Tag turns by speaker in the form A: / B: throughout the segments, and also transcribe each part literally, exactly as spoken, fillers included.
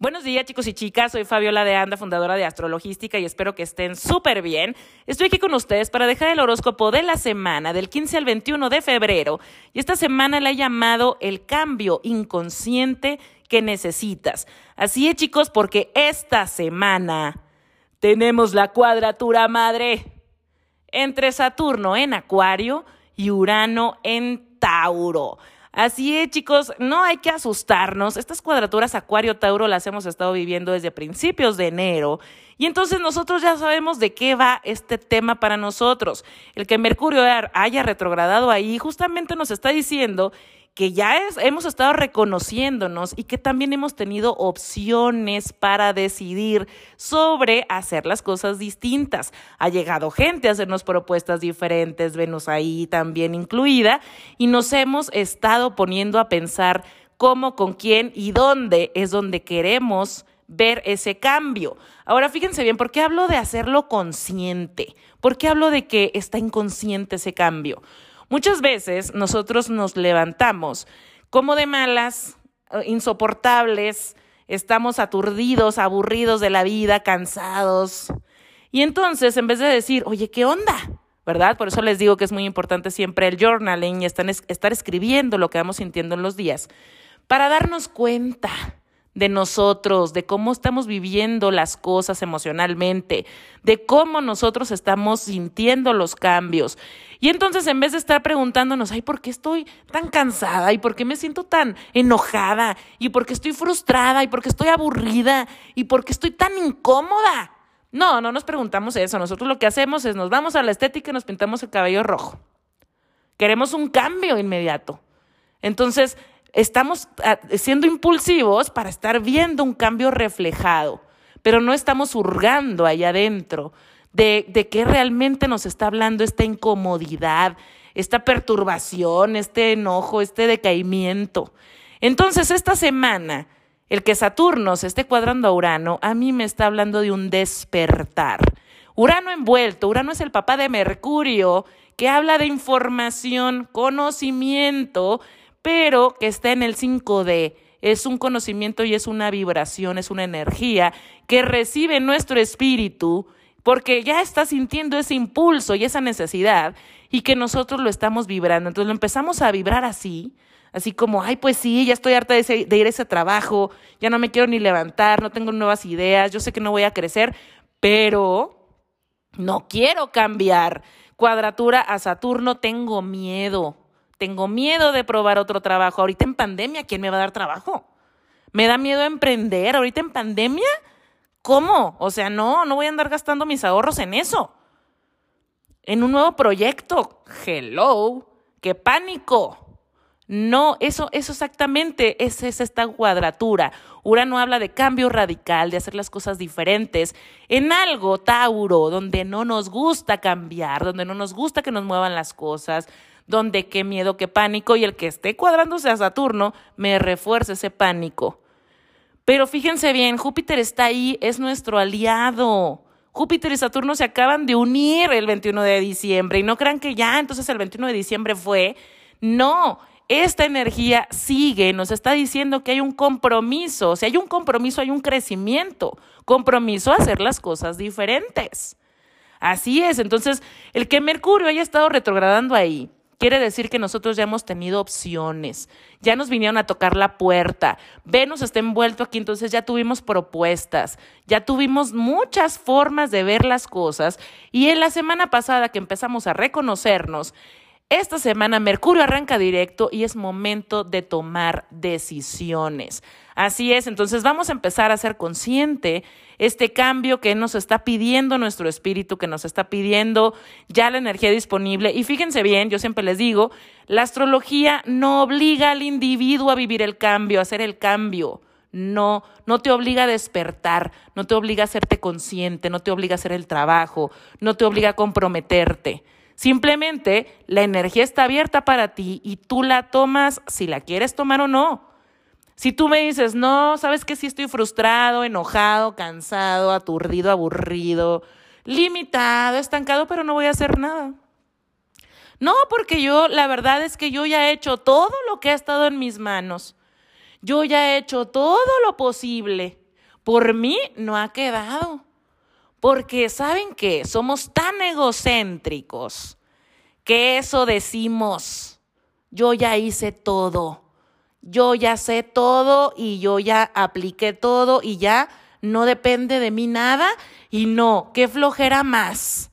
A: Buenos días, chicos y chicas. Soy Fabiola de Anda, fundadora de Astrologística, y espero que estén súper bien. Estoy aquí con ustedes para dejar el horóscopo de la semana del quince al veintiuno de febrero. Y esta semana la he llamado el cambio inconsciente que necesitas. Así es, chicos, porque esta semana tenemos la cuadratura madre entre Saturno en Acuario y Urano en Tauro. Así es, chicos, no hay que asustarnos. Estas cuadraturas Acuario-Tauro las hemos estado viviendo desde principios de enero. Y entonces nosotros ya sabemos de qué va este tema para nosotros. El que Mercurio haya retrogradado ahí justamente nos está diciendo que ya es, hemos estado reconociéndonos y que también hemos tenido opciones para decidir sobre hacer las cosas distintas. Ha llegado gente a hacernos propuestas diferentes, Venus ahí también incluida, y nos hemos estado poniendo a pensar cómo, con quién y dónde es donde queremos ver ese cambio. Ahora, fíjense bien, ¿por qué hablo de hacerlo consciente? ¿Por qué hablo de que está inconsciente ese cambio? Muchas veces nosotros nos levantamos como de malas, insoportables, estamos aturdidos, aburridos de la vida, cansados. Y entonces, en vez de decir, oye, ¿qué onda? ¿Verdad? Por eso les digo que es muy importante siempre el journaling y estar escribiendo lo que vamos sintiendo en los días, para darnos cuenta de nosotros, de cómo estamos viviendo las cosas emocionalmente, de cómo nosotros estamos sintiendo los cambios. Y entonces, en vez de estar preguntándonos, ay, ¿por qué estoy tan cansada? ¿Y por qué me siento tan enojada? ¿Y por qué estoy frustrada? ¿Y por qué estoy aburrida? ¿Y por qué estoy tan incómoda? No, no nos preguntamos eso. Nosotros lo que hacemos es nos vamos a la estética y nos pintamos el cabello rojo. Queremos un cambio inmediato. Entonces, estamos siendo impulsivos para estar viendo un cambio reflejado, pero no estamos hurgando allá adentro de, de qué realmente nos está hablando esta incomodidad, esta perturbación, este enojo, este decaimiento. Entonces, esta semana, el que Saturno se esté cuadrando a Urano, a mí me está hablando de un despertar. Urano envuelto, Urano es el papá de Mercurio, que habla de información, conocimiento, pero que está en el cinco D, es un conocimiento y es una vibración, es una energía que recibe nuestro espíritu porque ya está sintiendo ese impulso y esa necesidad y que nosotros lo estamos vibrando. Entonces lo empezamos a vibrar así, así como, ay, pues sí, ya estoy harta de, ese, de ir a ese trabajo, ya no me quiero ni levantar, no tengo nuevas ideas, yo sé que no voy a crecer, pero no quiero cambiar. Cuadratura a Saturno, tengo miedo. Tengo miedo de probar otro trabajo. Ahorita en pandemia, ¿quién me va a dar trabajo? ¿Me da miedo emprender ahorita en pandemia? ¿Cómo? O sea, no, no voy a andar gastando mis ahorros en eso. En un nuevo proyecto. Hello, qué pánico. No, eso, eso exactamente es, es esta cuadratura. Urano habla de cambio radical, de hacer las cosas diferentes en algo, Tauro, donde no nos gusta cambiar, donde no nos gusta que nos muevan las cosas, donde qué miedo, qué pánico, y el que esté cuadrándose a Saturno me refuerza ese pánico. Pero fíjense bien, Júpiter está ahí, es nuestro aliado. Júpiter y Saturno se acaban de unir el veintiuno de diciembre, y no crean que ya, entonces el veintiuno de diciembre fue. No, esta energía sigue, nos está diciendo que hay un compromiso. Si hay un compromiso, hay un crecimiento. Compromiso a hacer las cosas diferentes. Así es, entonces el que Mercurio haya estado retrogradando ahí, quiere decir que nosotros ya hemos tenido opciones, ya nos vinieron a tocar la puerta, Venus está envuelto aquí, entonces ya tuvimos propuestas, ya tuvimos muchas formas de ver las cosas, y en la semana pasada que empezamos a reconocernos, esta semana Mercurio arranca directo y es momento de tomar decisiones. Así es, entonces vamos a empezar a ser consciente este cambio que nos está pidiendo nuestro espíritu, que nos está pidiendo ya la energía disponible. Y fíjense bien, yo siempre les digo, la astrología no obliga al individuo a vivir el cambio, a hacer el cambio. No, no te obliga a despertar, no te obliga a hacerte consciente, no te obliga a hacer el trabajo, no te obliga a comprometerte. Simplemente la energía está abierta para ti y tú la tomas si la quieres tomar o no. Si tú me dices, no, ¿sabes qué? Sí estoy frustrado, enojado, cansado, aturdido, aburrido, limitado, estancado, pero no voy a hacer nada. No, porque yo, la verdad es que yo ya he hecho todo lo que ha estado en mis manos. Yo ya he hecho todo lo posible. Por mí no ha quedado. Porque ¿saben qué? Somos tan egocéntricos que eso decimos, yo ya hice todo, yo ya sé todo y yo ya apliqué todo y ya no depende de mí nada y no, qué flojera más.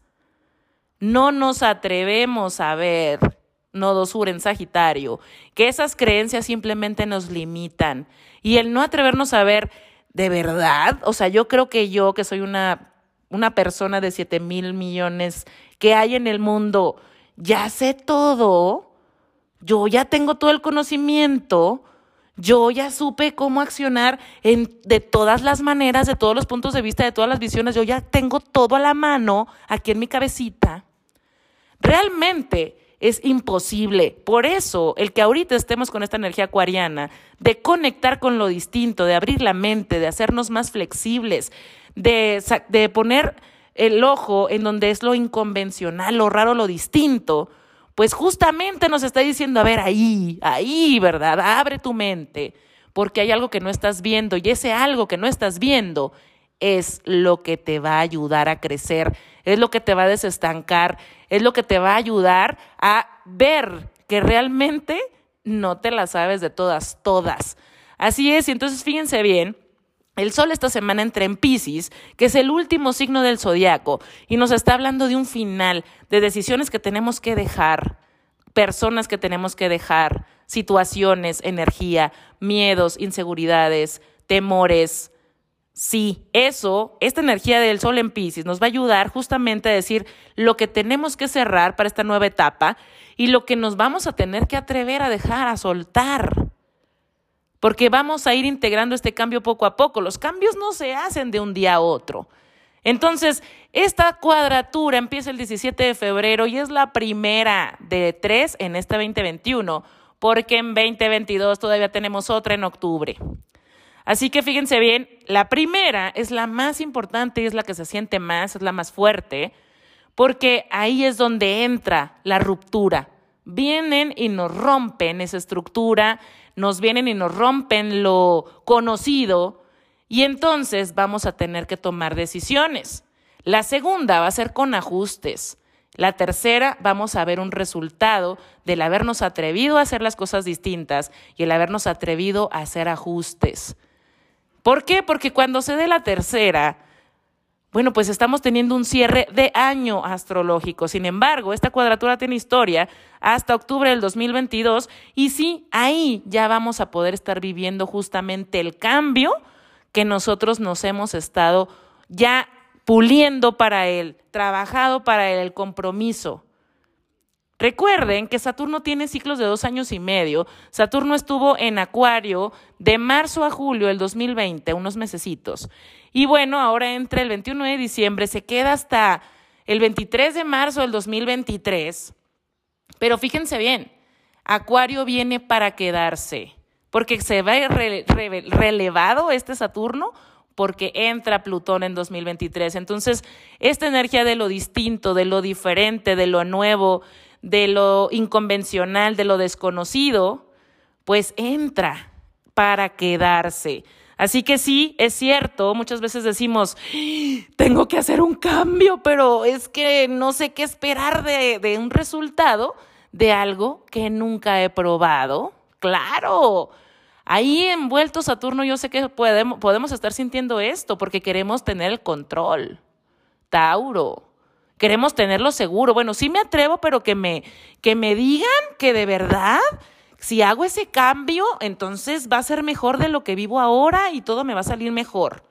A: No nos atrevemos a ver, nodo sur en Sagitario, que esas creencias simplemente nos limitan. Y el no atrevernos a ver, ¿de verdad? O sea, yo creo que yo, que soy una... una persona de siete mil millones que hay en el mundo, ya sé todo, yo ya tengo todo el conocimiento, yo ya supe cómo accionar en, de todas las maneras, de todos los puntos de vista, de todas las visiones, yo ya tengo todo a la mano, aquí en mi cabecita. Realmente es imposible. Por eso, el que ahorita estemos con esta energía acuariana, de conectar con lo distinto, de abrir la mente, de hacernos más flexibles, De, de poner el ojo en donde es lo inconvencional, lo raro, lo distinto, pues justamente nos está diciendo, a ver, ahí, ahí, ¿verdad? Abre tu mente, porque hay algo que no estás viendo y ese algo que no estás viendo es lo que te va a ayudar a crecer, es lo que te va a desestancar, es lo que te va a ayudar a ver que realmente no te la sabes de todas, todas. Así es, y entonces fíjense bien, el Sol esta semana entra en Piscis, que es el último signo del zodiaco, y nos está hablando de un final, de decisiones que tenemos que dejar, personas que tenemos que dejar, situaciones, energía, miedos, inseguridades, temores. Sí, eso, esta energía del Sol en Piscis nos va a ayudar justamente a decir lo que tenemos que cerrar para esta nueva etapa y lo que nos vamos a tener que atrever a dejar, a soltar. Porque vamos a ir integrando este cambio poco a poco. Los cambios no se hacen de un día a otro. Entonces, esta cuadratura empieza el diecisiete de febrero y es la primera de tres en este veinte veintiuno, porque en veinte veintidós todavía tenemos otra en octubre. Así que fíjense bien, la primera es la más importante y es la que se siente más, es la más fuerte, porque ahí es donde entra la ruptura. Vienen y nos rompen esa estructura, nos vienen y nos rompen lo conocido y entonces vamos a tener que tomar decisiones. La segunda va a ser con ajustes. La tercera, vamos a ver un resultado del habernos atrevido a hacer las cosas distintas y el habernos atrevido a hacer ajustes. ¿Por qué? Porque cuando se dé la tercera, bueno, pues estamos teniendo un cierre de año astrológico. Sin embargo, esta cuadratura tiene historia hasta octubre del dos mil veintidós y sí, ahí ya vamos a poder estar viviendo justamente el cambio que nosotros nos hemos estado ya puliendo para él, trabajado para él, el compromiso. Recuerden que Saturno tiene ciclos de dos años y medio. Saturno estuvo en Acuario de marzo a julio del dos mil veinte, unos mesecitos. Y bueno, ahora entra el veintiuno de diciembre, se queda hasta el veintitrés de marzo del dos mil veintitrés. Pero fíjense bien, Acuario viene para quedarse, porque se va re, re, relevado este Saturno, porque entra Plutón en dos mil veintitrés. Entonces, esta energía de lo distinto, de lo diferente, de lo nuevo, de lo inconvencional, de lo desconocido, pues entra para quedarse. Así que sí, es cierto, muchas veces decimos, tengo que hacer un cambio, pero es que no sé qué esperar de, de un resultado de algo que nunca he probado. ¡Claro! Ahí envuelto Saturno, yo sé que podemos, podemos estar sintiendo esto porque queremos tener el control. Tauro. Queremos tenerlo seguro. Bueno, sí me atrevo, pero que me, que me digan que de verdad, si hago ese cambio, entonces va a ser mejor de lo que vivo ahora y todo me va a salir mejor.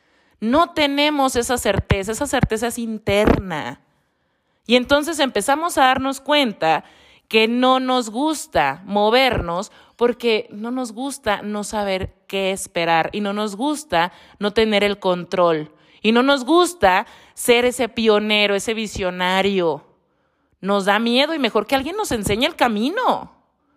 A: No tenemos esa certeza, esa certeza es interna. Y entonces empezamos a darnos cuenta que no nos gusta movernos porque no nos gusta no saber qué esperar y no nos gusta no tener el control. Y no nos gusta ser ese pionero, ese visionario. Nos da miedo y mejor que alguien nos enseñe el camino.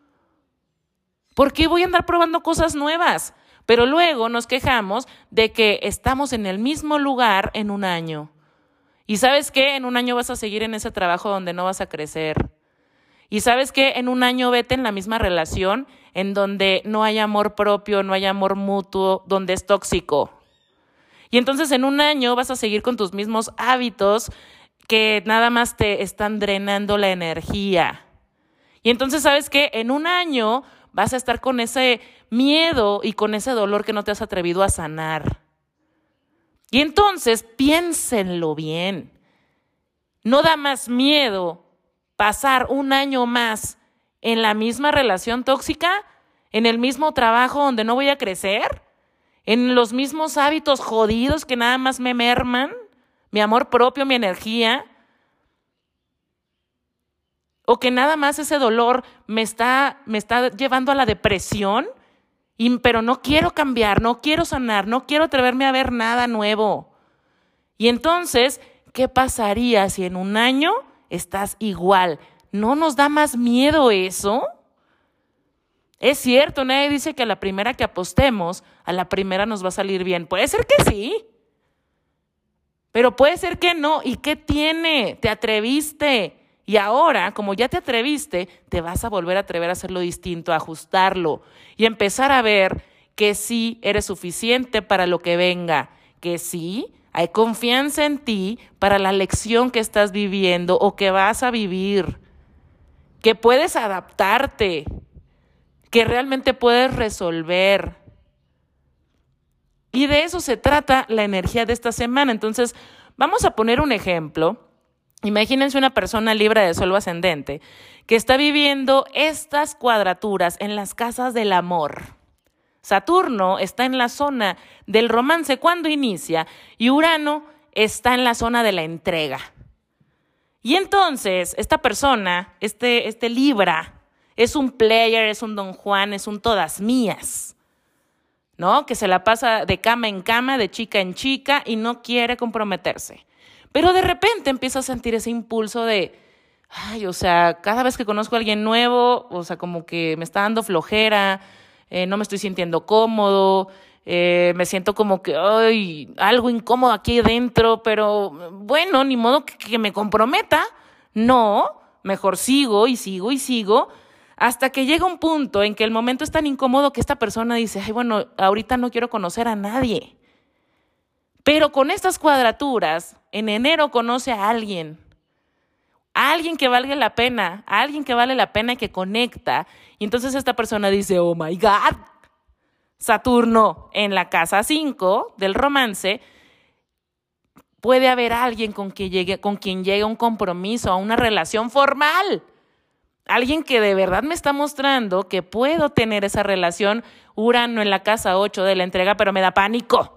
A: ¿Por qué voy a andar probando cosas nuevas? Pero luego nos quejamos de que estamos en el mismo lugar en un año. ¿Y sabes qué? En un año vas a seguir en ese trabajo donde no vas a crecer. ¿Y sabes qué? En un año vete en la misma relación en donde no hay amor propio, no hay amor mutuo, donde es tóxico. Y entonces en un año vas a seguir con tus mismos hábitos que nada más te están drenando la energía. Y entonces, ¿sabes qué? En un año vas a estar con ese miedo y con ese dolor que no te has atrevido a sanar. Y entonces, piénsenlo bien. ¿No da más miedo pasar un año más en la misma relación tóxica? ¿En el mismo trabajo donde no voy a crecer? ¿En los mismos hábitos jodidos que nada más me merman? ¿Mi amor propio, mi energía? ¿O que nada más ese dolor me está, me está llevando a la depresión? Y, pero no quiero cambiar, no quiero sanar, no quiero atreverme a ver nada nuevo. Y entonces, ¿qué pasaría si en un año estás igual? ¿No nos da más miedo eso? Es cierto, nadie dice que a la primera que apostemos, a la primera nos va a salir bien. Puede ser que sí, pero puede ser que no. ¿Y qué tiene? Te atreviste. Y ahora, como ya te atreviste, te vas a volver a atrever a hacerlo distinto, a ajustarlo y empezar a ver que sí eres suficiente para lo que venga, que sí hay confianza en ti para la lección que estás viviendo o que vas a vivir, que puedes adaptarte, que realmente puedes resolver. Y de eso se trata la energía de esta semana. Entonces, vamos a poner un ejemplo. Imagínense una persona Libra de Sol ascendente que está viviendo estas cuadraturas en las casas del amor. Saturno está en la zona del romance cuando inicia y Urano está en la zona de la entrega. Y entonces esta persona, este, este Libra, es un player, es un Don Juan, es un todas mías, ¿no? Que se la pasa de cama en cama, de chica en chica y no quiere comprometerse. Pero de repente empieza a sentir ese impulso de, ay, o sea, cada vez que conozco a alguien nuevo, o sea, como que me está dando flojera, eh, no me estoy sintiendo cómodo, eh, me siento como que, ay, algo incómodo aquí dentro, pero bueno, ni modo que, que me comprometa. No, mejor sigo y sigo y sigo, hasta que llega un punto en que el momento es tan incómodo que esta persona dice, ay, bueno, ahorita no quiero conocer a nadie. Pero con estas cuadraturas, en enero conoce a alguien, a alguien que valga la pena, a alguien que vale la pena y que conecta. Y entonces esta persona dice, oh my God, Saturno en la casa cinco del romance, puede haber alguien con quien llegue, con quien llegue a un compromiso, a una relación formal. Alguien que de verdad me está mostrando que puedo tener esa relación. Urano en la casa ocho de la entrega, pero me da pánico.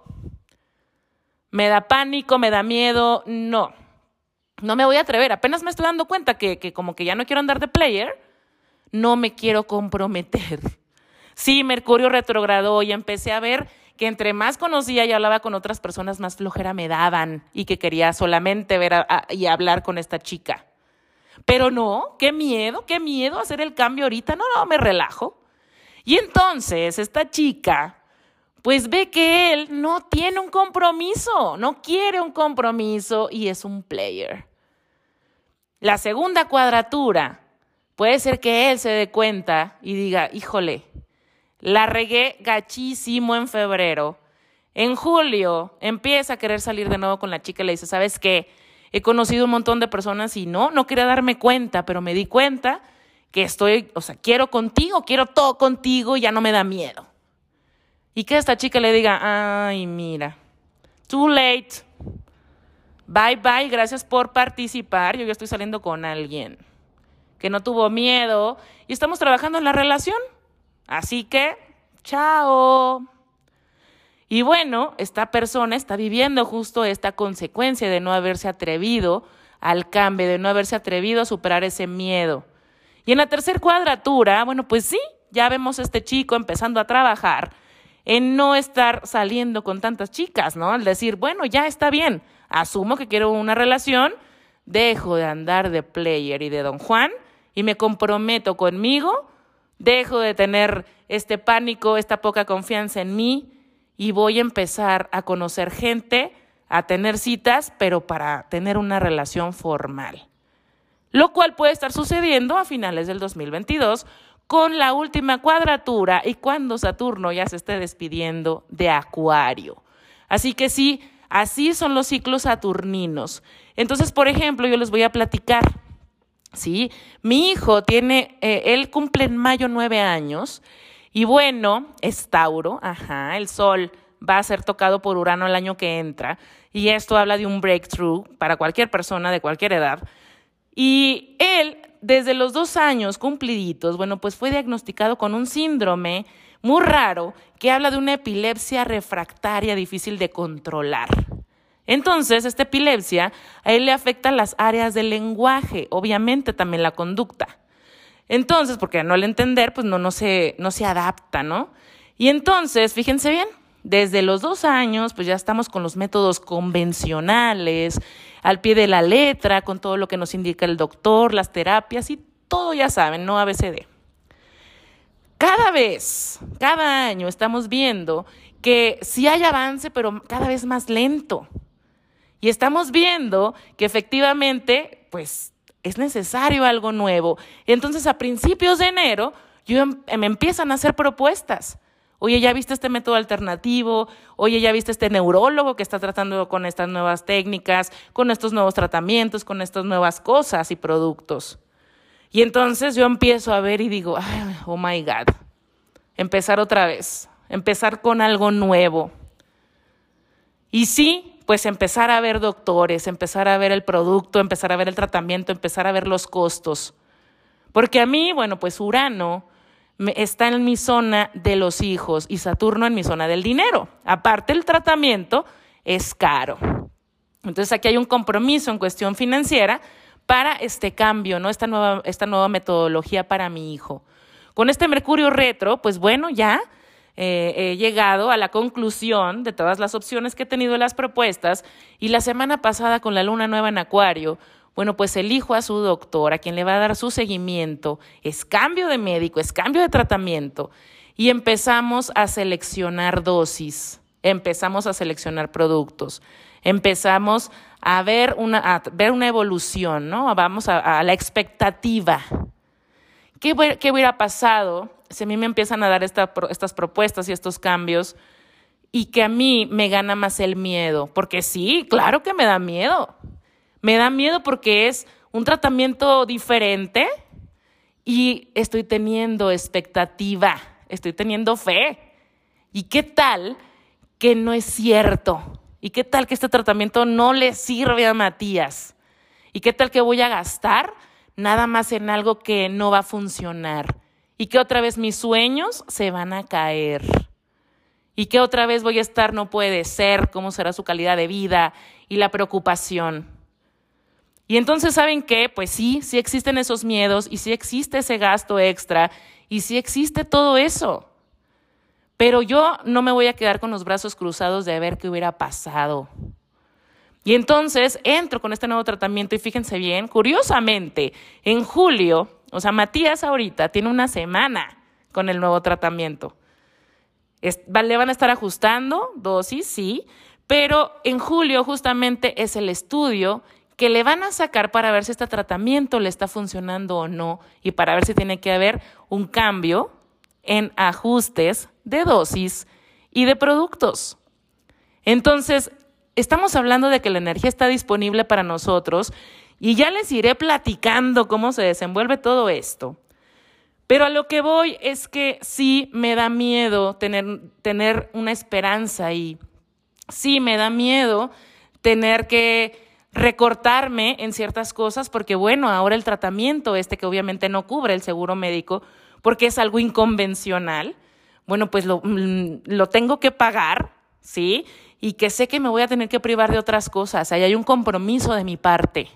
A: Me da pánico, me da miedo, no, no me voy a atrever. Apenas me estoy dando cuenta que, que como que ya no quiero andar de player, no me quiero comprometer. Sí, Mercurio retrogradó y empecé a ver que entre más conocía y hablaba con otras personas, más flojera me daban y que quería solamente ver a, a, y hablar con esta chica. Pero no, qué miedo, qué miedo hacer el cambio ahorita. No, no, me relajo. Y entonces esta chica pues ve que él no tiene un compromiso, no quiere un compromiso y es un player. La segunda cuadratura, puede ser que él se dé cuenta y diga, híjole, la regué gachísimo en febrero. En julio empieza a querer salir de nuevo con la chica y le dice, ¿sabes qué? He conocido un montón de personas y no, no quería darme cuenta, pero me di cuenta que estoy, o sea, quiero contigo, quiero todo contigo y ya no me da miedo. Y que esta chica le diga, ay, mira, too late, bye, bye, gracias por participar, yo ya estoy saliendo con alguien que no tuvo miedo y estamos trabajando en la relación, así que, chao. Y bueno, esta persona está viviendo justo esta consecuencia de no haberse atrevido al cambio, de no haberse atrevido a superar ese miedo. Y en la tercera cuadratura, bueno, pues sí, ya vemos a este chico empezando a trabajar en no estar saliendo con tantas chicas, ¿no? Al decir, bueno, ya está bien, asumo que quiero una relación, dejo de andar de player y de Don Juan y me comprometo conmigo, dejo de tener este pánico, esta poca confianza en mí y voy a empezar a conocer gente, a tener citas, pero para tener una relación formal. Lo cual puede estar sucediendo a finales del dos mil veintidós con la última cuadratura y cuando Saturno ya se esté despidiendo de Acuario. Así que sí, así son los ciclos saturninos. Entonces, por ejemplo, yo les voy a platicar, ¿sí? Mi hijo tiene, eh, él cumple en mayo nueve años y bueno, es Tauro, ajá, el sol va a ser tocado por Urano el año que entra y esto habla de un breakthrough para cualquier persona de cualquier edad. Y él, desde los dos años cumpliditos, bueno, pues fue diagnosticado con un síndrome muy raro que habla de una epilepsia refractaria difícil de controlar. Entonces, esta epilepsia a él le afecta las áreas del lenguaje, obviamente también la conducta. Entonces, porque no al entender, pues no, no, se, no se adapta, ¿no? Y entonces, fíjense bien, desde los dos años, pues ya estamos con los métodos convencionales, al pie de la letra, con todo lo que nos indica el doctor, las terapias y todo ya saben, ¿no? A B C D. Cada vez, cada año estamos viendo que sí hay avance, pero cada vez más lento. Y estamos viendo que efectivamente, pues, es necesario algo nuevo. Entonces, a principios de enero, yo, me empiezan a hacer propuestas. Oye, ¿ya viste este método alternativo? Oye, ¿ya viste este neurólogo que está tratando con estas nuevas técnicas, con estos nuevos tratamientos, con estas nuevas cosas y productos? Y entonces yo empiezo a ver y digo, ay, oh my God, empezar otra vez, empezar con algo nuevo. Y sí, pues empezar a ver doctores, empezar a ver el producto, empezar a ver el tratamiento, empezar a ver los costos. Porque a mí, bueno, pues Urano está en mi zona de los hijos y Saturno en mi zona del dinero. Aparte, el tratamiento es caro. Entonces, aquí hay un compromiso en cuestión financiera para este cambio, ¿no? Esta nueva, esta nueva metodología para mi hijo. Con este Mercurio retro, pues bueno, ya eh, he llegado a la conclusión de todas las opciones que he tenido en las propuestas y la semana pasada con la luna nueva en Acuario, bueno, pues elijo a su doctor, a quien le va a dar su seguimiento, es cambio de médico, es cambio de tratamiento y empezamos a seleccionar dosis, empezamos a seleccionar productos, empezamos a ver una, a ver una evolución, ¿no? Vamos a, a la expectativa. ¿Qué, ¿Qué hubiera pasado si a mí me empiezan a dar esta, estas propuestas y estos cambios y que a mí me gana más el miedo? Porque sí, claro que me da miedo. Me da miedo porque es un tratamiento diferente y estoy teniendo expectativa, estoy teniendo fe. ¿Y qué tal que no es cierto? ¿Y qué tal que este tratamiento no le sirve a Matías? ¿Y qué tal que voy a gastar nada más en algo que no va a funcionar? ¿Y que otra vez mis sueños se van a caer? ¿Y que otra vez voy a estar, no puede ser, cómo será su calidad de vida y la preocupación? Y entonces, ¿saben qué? Pues sí, sí existen esos miedos y sí existe ese gasto extra y sí existe todo eso. Pero yo no me voy a quedar con los brazos cruzados de ver qué hubiera pasado. Y entonces entro con este nuevo tratamiento y fíjense bien, curiosamente, en julio, o sea, Matías ahorita tiene una semana con el nuevo tratamiento. Es, le van a estar ajustando dosis, sí, pero en julio justamente es el estudio que le van a sacar para ver si este tratamiento le está funcionando o no y para ver si tiene que haber un cambio en ajustes de dosis y de productos. Entonces, estamos hablando de que la energía está disponible para nosotros y ya les iré platicando cómo se desenvuelve todo esto. Pero a lo que voy es que sí me da miedo tener, tener una esperanza y sí me da miedo tener que recortarme en ciertas cosas porque, bueno, ahora el tratamiento este que obviamente no cubre el seguro médico porque es algo inconvencional, bueno, pues lo, lo tengo que pagar, ¿sí? Y que sé que me voy a tener que privar de otras cosas. Ahí hay un compromiso de mi parte.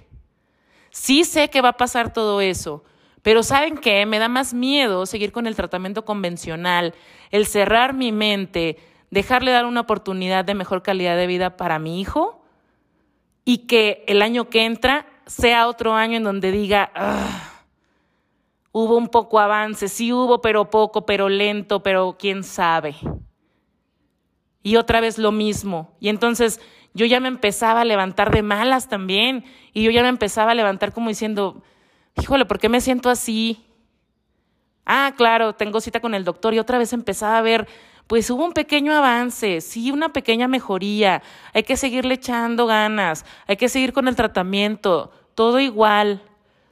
A: Sí sé que va a pasar todo eso, pero ¿saben qué? Me da más miedo seguir con el tratamiento convencional, el cerrar mi mente, dejarle dar una oportunidad de mejor calidad de vida para mi hijo y que el año que entra sea otro año en donde diga, ah, hubo un poco avance, sí hubo, pero poco, pero lento, pero quién sabe. Y otra vez lo mismo. Y entonces yo ya me empezaba a levantar de malas también. Y yo ya me empezaba a levantar como diciendo, híjole, ¿por qué me siento así? Ah, claro, tengo cita con el doctor y otra vez empezaba a ver, pues hubo un pequeño avance, sí, una pequeña mejoría, hay que seguirle echando ganas, hay que seguir con el tratamiento, todo igual.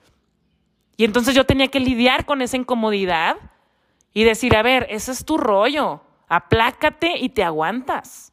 A: Y entonces yo tenía que lidiar con esa incomodidad y decir, a ver, ese es tu rollo, aplácate y te aguantas.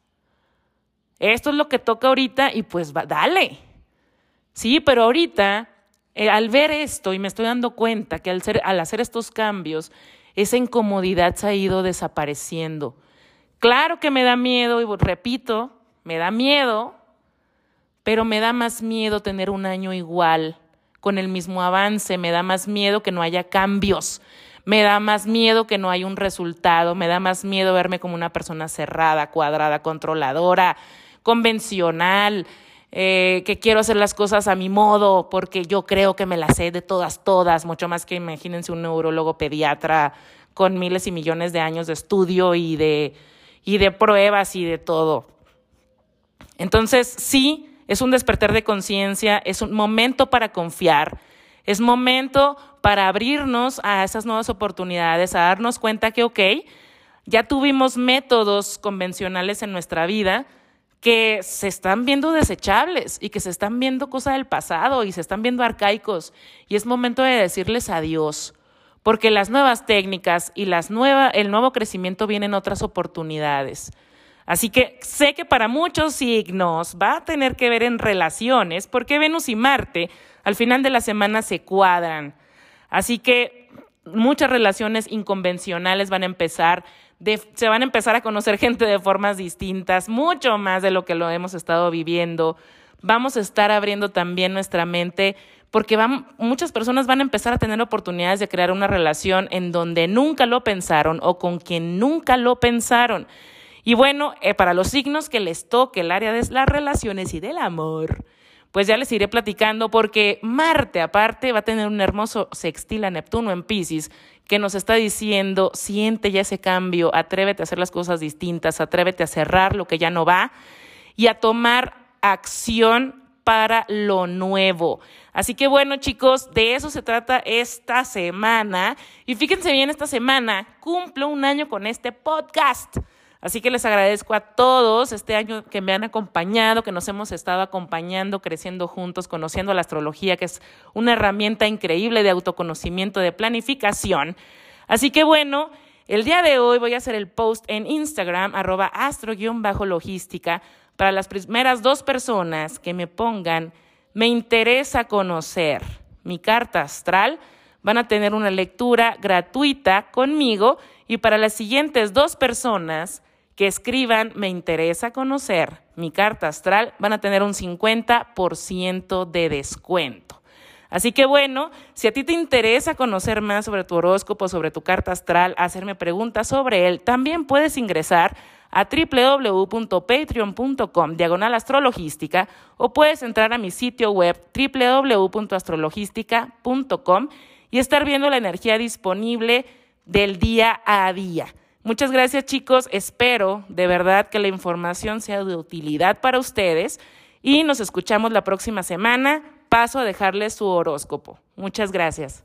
A: Esto es lo que toca ahorita y pues va, dale. Sí, pero ahorita, eh, al ver esto y me estoy dando cuenta que al, ser, al hacer estos cambios, esa incomodidad se ha ido desapareciendo. Claro que me da miedo, y repito, me da miedo, pero me da más miedo tener un año igual, con el mismo avance, me da más miedo que no haya cambios, me da más miedo que no haya un resultado, me da más miedo verme como una persona cerrada, cuadrada, controladora, convencional, eh, que quiero hacer las cosas a mi modo porque yo creo que me las sé de todas, todas, mucho más que imagínense un neurólogo pediatra con miles y millones de años de estudio y de, y de pruebas y de todo. Entonces, sí, es un despertar de conciencia, es un momento para confiar, es momento para abrirnos a esas nuevas oportunidades, a darnos cuenta que, ok, ya tuvimos métodos convencionales en nuestra vida que se están viendo desechables y que se están viendo cosa del pasado y se están viendo arcaicos. Y es momento de decirles adiós, porque las nuevas técnicas y las nueva, el nuevo crecimiento vienen otras oportunidades. Así que sé que para muchos signos va a tener que ver en relaciones, porque Venus y Marte al final de la semana se cuadran. Así que muchas relaciones inconvencionales van a empezar, de, se van a empezar a conocer gente de formas distintas, mucho más de lo que lo hemos estado viviendo. Vamos a estar abriendo también nuestra mente, porque van, muchas personas van a empezar a tener oportunidades de crear una relación en donde nunca lo pensaron o con quien nunca lo pensaron. Y bueno, eh, para los signos que les toque el área de las relaciones y del amor, pues ya les iré platicando, porque Marte aparte va a tener un hermoso sextil a Neptuno en Piscis que nos está diciendo, siente ya ese cambio, atrévete a hacer las cosas distintas, atrévete a cerrar lo que ya no va y a tomar acción para lo nuevo. Así que bueno, chicos, de eso se trata esta semana. Y fíjense bien, esta semana cumplo un año con este podcast. Así que les agradezco a todos este año que me han acompañado, que nos hemos estado acompañando, creciendo juntos, conociendo la astrología, que es una herramienta increíble de autoconocimiento, de planificación. Así que bueno, el día de hoy voy a hacer el post en Instagram, arroba astro-logística, para las primeras dos personas que me pongan, me interesa conocer mi carta astral, van a tener una lectura gratuita conmigo, y para las siguientes dos personas que escriban, me interesa conocer mi carta astral, van a tener un cincuenta por ciento de descuento. Así que bueno, si a ti te interesa conocer más sobre tu horóscopo, sobre tu carta astral, hacerme preguntas sobre él, también puedes ingresar a doble u doble u doble u punto patreon punto com diagonal astrologística o puedes entrar a mi sitio web doble u doble u doble u punto astrologística punto com y estar viendo la energía disponible del día a día. Muchas gracias, chicos. Espero de verdad que la información sea de utilidad para ustedes y nos escuchamos la próxima semana. Paso a dejarles su horóscopo. Muchas gracias.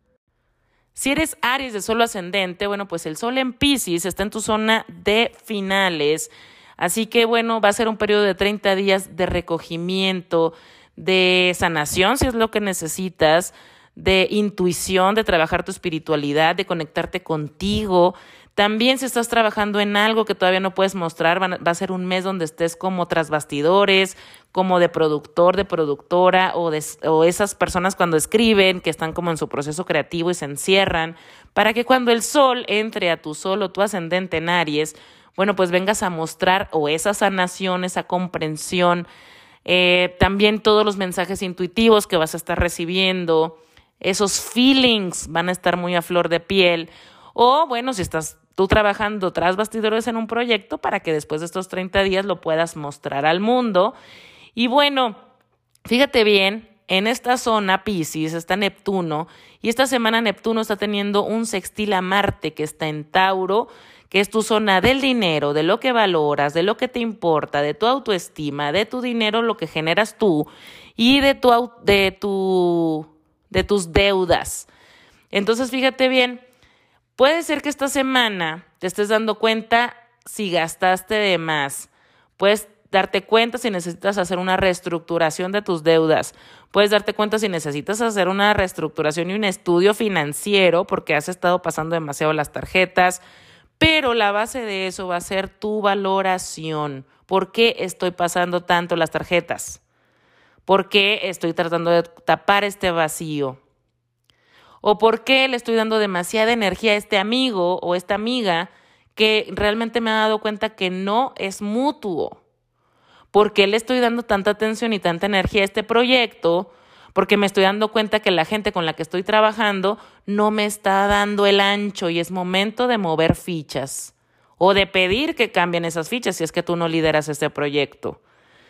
A: Si eres Aries de Sol ascendente, bueno, pues el Sol en Piscis está en tu zona de finales. Así que, bueno, va a ser un periodo de treinta días de recogimiento, de sanación, si es lo que necesitas, de intuición, de trabajar tu espiritualidad, de conectarte contigo. También si estás trabajando en algo que todavía no puedes mostrar, va a ser un mes donde estés como tras bastidores, como de productor, de productora o, de, o esas personas cuando escriben que están como en su proceso creativo y se encierran, para que cuando el sol entre a tu sol o tu ascendente en Aries, bueno, pues vengas a mostrar o esa sanación, esa comprensión, eh, también todos los mensajes intuitivos que vas a estar recibiendo, esos feelings van a estar muy a flor de piel. O bueno, si estás tú trabajando tras bastidores en un proyecto, para que después de estos treinta días lo puedas mostrar al mundo. Y bueno, fíjate bien, en esta zona Piscis está Neptuno y esta semana Neptuno está teniendo un sextil a Marte que está en Tauro, que es tu zona del dinero, de lo que valoras, de lo que te importa, de tu autoestima, de tu dinero, lo que generas tú y de tu de tu de tus deudas. Entonces, fíjate bien, Puede ser que esta semana te estés dando cuenta si gastaste de más. Puedes darte cuenta si necesitas hacer una reestructuración de tus deudas. Puedes darte cuenta si necesitas hacer una reestructuración y un estudio financiero porque has estado pasando demasiado las tarjetas. Pero la base de eso va a ser tu valoración. ¿Por qué estoy pasando tanto las tarjetas? ¿Por qué estoy tratando de tapar este vacío? ¿O por qué le estoy dando demasiada energía a este amigo o esta amiga que realmente me ha dado cuenta que no es mutuo? ¿Por qué le estoy dando tanta atención y tanta energía a este proyecto? Porque me estoy dando cuenta que la gente con la que estoy trabajando no me está dando el ancho y es momento de mover fichas o de pedir que cambien esas fichas si es que tú no lideras este proyecto.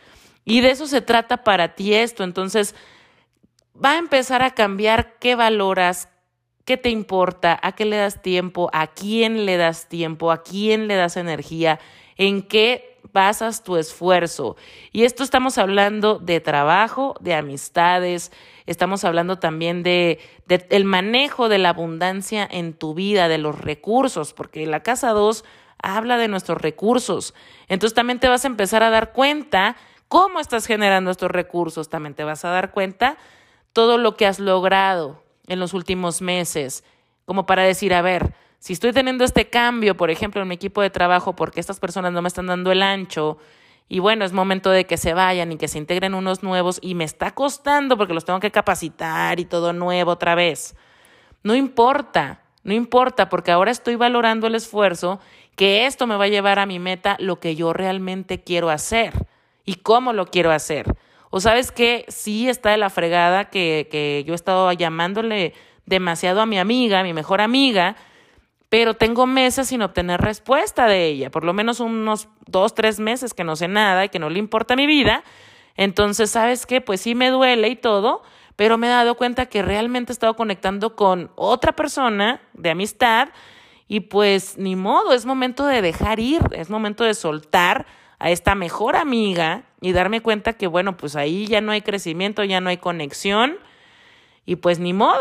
A: Y de eso se trata para ti esto. Entonces, va a empezar a cambiar qué valoras, qué te importa, a qué le das tiempo, a quién le das tiempo, a quién le das energía, en qué basas tu esfuerzo. Y esto estamos hablando de trabajo, de amistades, estamos hablando también de, de el manejo de la abundancia en tu vida, de los recursos, porque la casa dos habla de nuestros recursos. Entonces también te vas a empezar a dar cuenta cómo estás generando estos recursos, también te vas a dar cuenta todo lo que has logrado en los últimos meses, como para decir, a ver, si estoy teniendo este cambio, por ejemplo, en mi equipo de trabajo, porque estas personas no me están dando el ancho, y bueno, es momento de que se vayan y que se integren unos nuevos, y me está costando porque los tengo que capacitar y todo nuevo otra vez. No importa, no importa, porque ahora estoy valorando el esfuerzo, que esto me va a llevar a mi meta, lo que yo realmente quiero hacer y cómo lo quiero hacer. O sabes que sí está de la fregada que, que yo he estado llamándole demasiado a mi amiga, a mi mejor amiga, pero tengo meses sin obtener respuesta de ella, por lo menos unos dos, tres meses que no sé nada y que no le importa mi vida. Entonces, ¿sabes qué? Pues sí me duele y todo, pero me he dado cuenta que realmente he estado conectando con otra persona de amistad y pues ni modo, es momento de dejar ir, es momento de soltar a esta mejor amiga y darme cuenta que, bueno, pues ahí ya no hay crecimiento, ya no hay conexión y pues ni modo.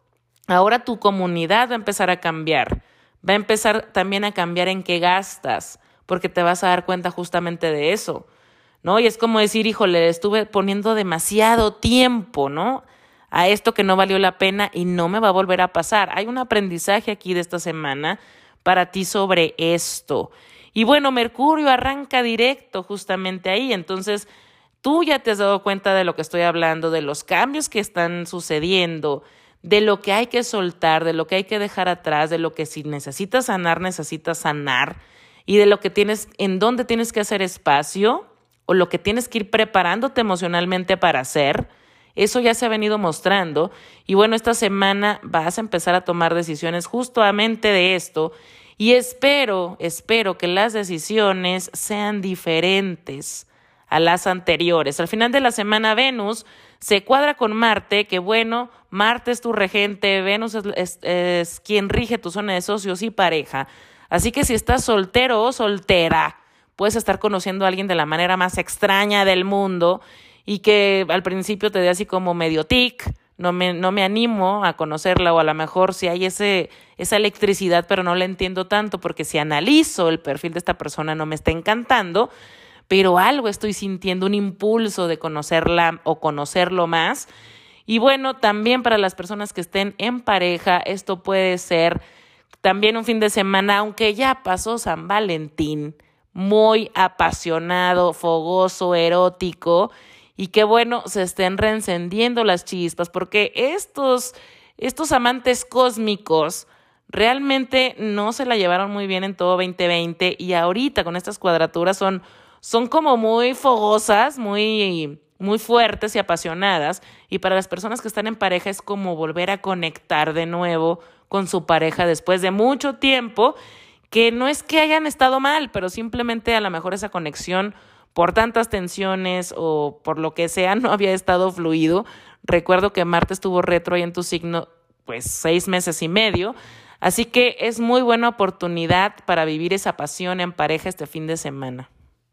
A: Ahora tu comunidad va a empezar a cambiar, va a empezar también a cambiar en qué gastas, porque te vas a dar cuenta justamente de eso, ¿no? Y es como decir, híjole, estuve poniendo demasiado tiempo, ¿no?, a esto que no valió la pena y no me va a volver a pasar. Hay un aprendizaje aquí de esta semana para ti sobre esto. Y bueno, Mercurio arranca directo justamente ahí, entonces tú ya te has dado cuenta de lo que estoy hablando, de los cambios que están sucediendo, de lo que hay que soltar, de lo que hay que dejar atrás, de lo que si necesitas sanar, necesitas sanar, y de lo que tienes, en dónde tienes que hacer espacio, o lo que tienes que ir preparándote emocionalmente para hacer. Eso ya se ha venido mostrando, y bueno, esta semana vas a empezar a tomar decisiones justamente de esto, y espero, espero que las decisiones sean diferentes a las anteriores. Al final de la semana, Venus se cuadra con Marte, que bueno, Marte es tu regente, Venus es, es, es quien rige tu zona de socios y pareja. Así que si estás soltero o soltera, puedes estar conociendo a alguien de la manera más extraña del mundo y que al principio te dé así como medio tic, no me, no me animo a conocerla, o a lo mejor si hay ese, esa electricidad, pero no la entiendo tanto porque si analizo el perfil de esta persona no me está encantando, pero algo estoy sintiendo, un impulso de conocerla o conocerlo más. Y bueno, también para las personas que estén en pareja, esto puede ser también un fin de semana, aunque ya pasó San Valentín, muy apasionado, fogoso, erótico, y que bueno, se estén reencendiendo las chispas, porque estos, estos amantes cósmicos realmente no se la llevaron muy bien en todo veinte veinte, y ahorita con estas cuadraturas son, son como muy fogosas, muy, muy fuertes y apasionadas, y para las personas que están en pareja es como volver a conectar de nuevo con su pareja después de mucho tiempo, que no es que hayan estado mal, pero simplemente a lo mejor esa conexión por tantas tensiones o por lo que sea no había estado fluido. Recuerdo que Marte estuvo retro ahí en tu signo pues seis meses y medio, así que es muy buena oportunidad para vivir esa pasión en pareja este fin de semana.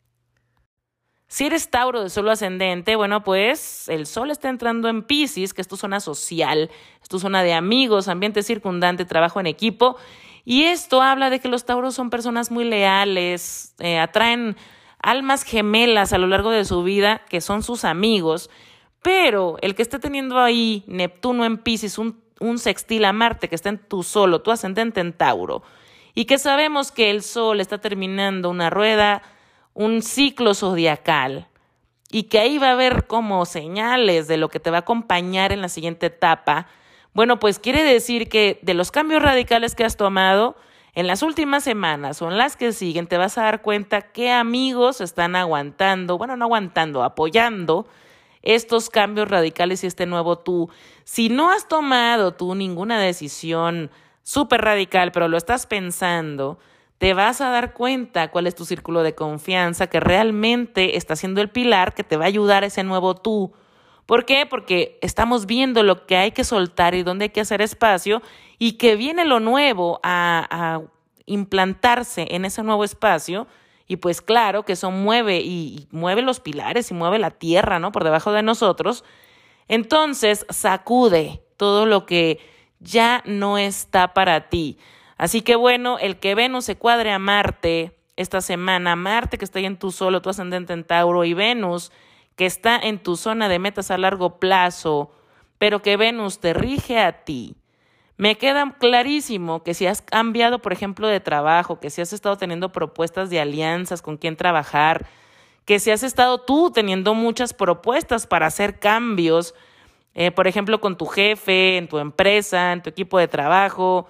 A: Si eres Tauro de Sol ascendente, bueno, pues el Sol está entrando en Piscis, que es tu zona social, es tu zona de amigos, ambiente circundante, trabajo en equipo, Y esto habla de que los Tauros son personas muy leales, eh, atraen almas gemelas a lo largo de su vida, que son sus amigos, pero el que esté teniendo ahí Neptuno en Piscis, un, un sextil a Marte que está en tu Sol, tu ascendente en Tauro, y que sabemos que el Sol está terminando una rueda, un ciclo zodiacal, y que ahí va a haber como señales de lo que te va a acompañar en la siguiente etapa. Bueno, pues quiere decir que de los cambios radicales que has tomado en las últimas semanas o en las que siguen, te vas a dar cuenta qué amigos están aguantando, bueno, no aguantando, apoyando estos cambios radicales y este nuevo tú. Si no has tomado tú ninguna decisión súper radical, pero lo estás pensando, te vas a dar cuenta cuál es tu círculo de confianza que realmente está siendo el pilar que te va a ayudar a ese nuevo tú. ¿Por qué? Porque estamos viendo lo que hay que soltar y dónde hay que hacer espacio y que viene lo nuevo a, a implantarse en ese nuevo espacio y pues claro que eso mueve y, y mueve los pilares y mueve la tierra, ¿no? Por debajo de nosotros. Entonces sacude todo lo que ya no está para ti. Así que bueno, el que Venus se cuadre a Marte esta semana, Marte que está ahí en tu Sol, tu ascendente en Tauro, y Venus que está en tu zona de metas a largo plazo, pero que Venus te rige a ti. Me queda clarísimo que si has cambiado, por ejemplo, de trabajo, que si has estado teniendo propuestas de alianzas con quién trabajar, que si has estado tú teniendo muchas propuestas para hacer cambios, eh, por ejemplo, con tu jefe, en tu empresa, en tu equipo de trabajo,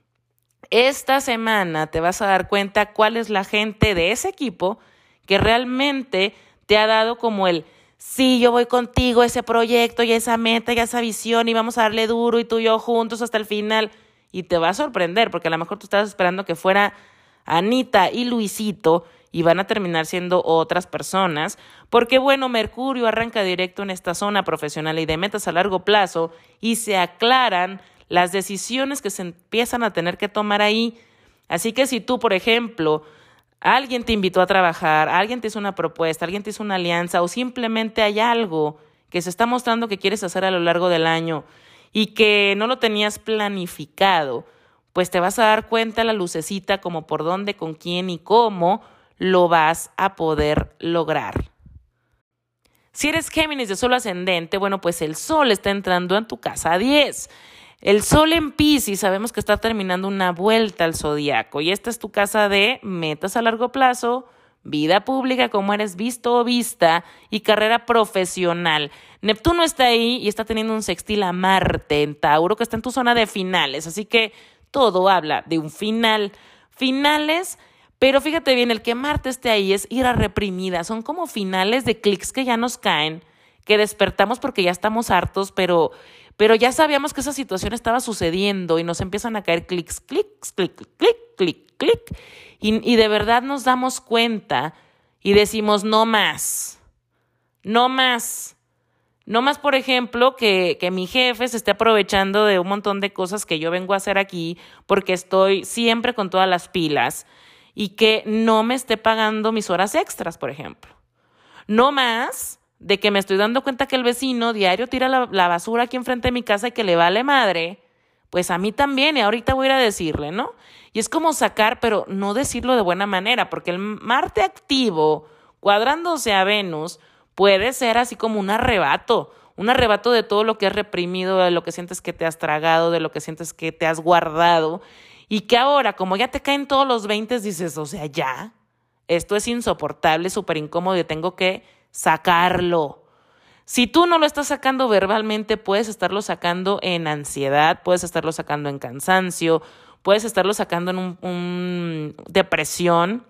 A: esta semana te vas a dar cuenta cuál es la gente de ese equipo que realmente te ha dado como el, sí, yo voy contigo a ese proyecto y a esa meta y a esa visión y vamos a darle duro y tú y yo juntos hasta el final. Y te va a sorprender porque a lo mejor tú estabas esperando que fuera Anita y Luisito y van a terminar siendo otras personas. Porque bueno, Mercurio arranca directo en esta zona profesional y de metas a largo plazo y se aclaran las decisiones que se empiezan a tener que tomar ahí. Así que si tú, por ejemplo, alguien te invitó a trabajar, alguien te hizo una propuesta, alguien te hizo una alianza o simplemente hay algo que se está mostrando que quieres hacer a lo largo del año y que no lo tenías planificado, pues te vas a dar cuenta la lucecita como por dónde, con quién y cómo lo vas a poder lograr. Si eres Géminis de Sol ascendente, bueno, pues el Sol está entrando en tu casa diez. El Sol en Piscis sabemos que está terminando una vuelta al zodiaco y esta es tu casa de metas a largo plazo, vida pública, cómo eres visto o vista y carrera profesional. Neptuno está ahí y está teniendo un sextil a Marte en Tauro que está en tu zona de finales, así que todo habla de un final. Finales, pero fíjate bien, el que Marte esté ahí es ira reprimida, son como finales de clics que ya nos caen, que despertamos porque ya estamos hartos, pero... Pero ya sabíamos que esa situación estaba sucediendo y nos empiezan a caer clics, clics, clic, clic, clic, clic. Y, y de verdad nos damos cuenta y decimos no más, no más. No más, por ejemplo, que, que mi jefe se esté aprovechando de un montón de cosas que yo vengo a hacer aquí porque estoy siempre con todas las pilas y que no me esté pagando mis horas extras, por ejemplo. No más de que me estoy dando cuenta que el vecino diario tira la, la basura aquí enfrente de mi casa y que le vale madre, pues a mí también, y ahorita voy a ir a decirle, ¿no? Y es como sacar, pero no decirlo de buena manera, porque el Marte activo, cuadrándose a Venus, puede ser así como un arrebato, un arrebato de todo lo que has reprimido, de lo que sientes que te has tragado, de lo que sientes que te has guardado, y que ahora, como ya te caen todos los veintes, dices, o sea, ya, esto es insoportable, súper incómodo y tengo que sacarlo. Si tú no lo estás sacando verbalmente, puedes estarlo sacando en ansiedad, puedes estarlo sacando en cansancio, puedes estarlo sacando en un, un depresión.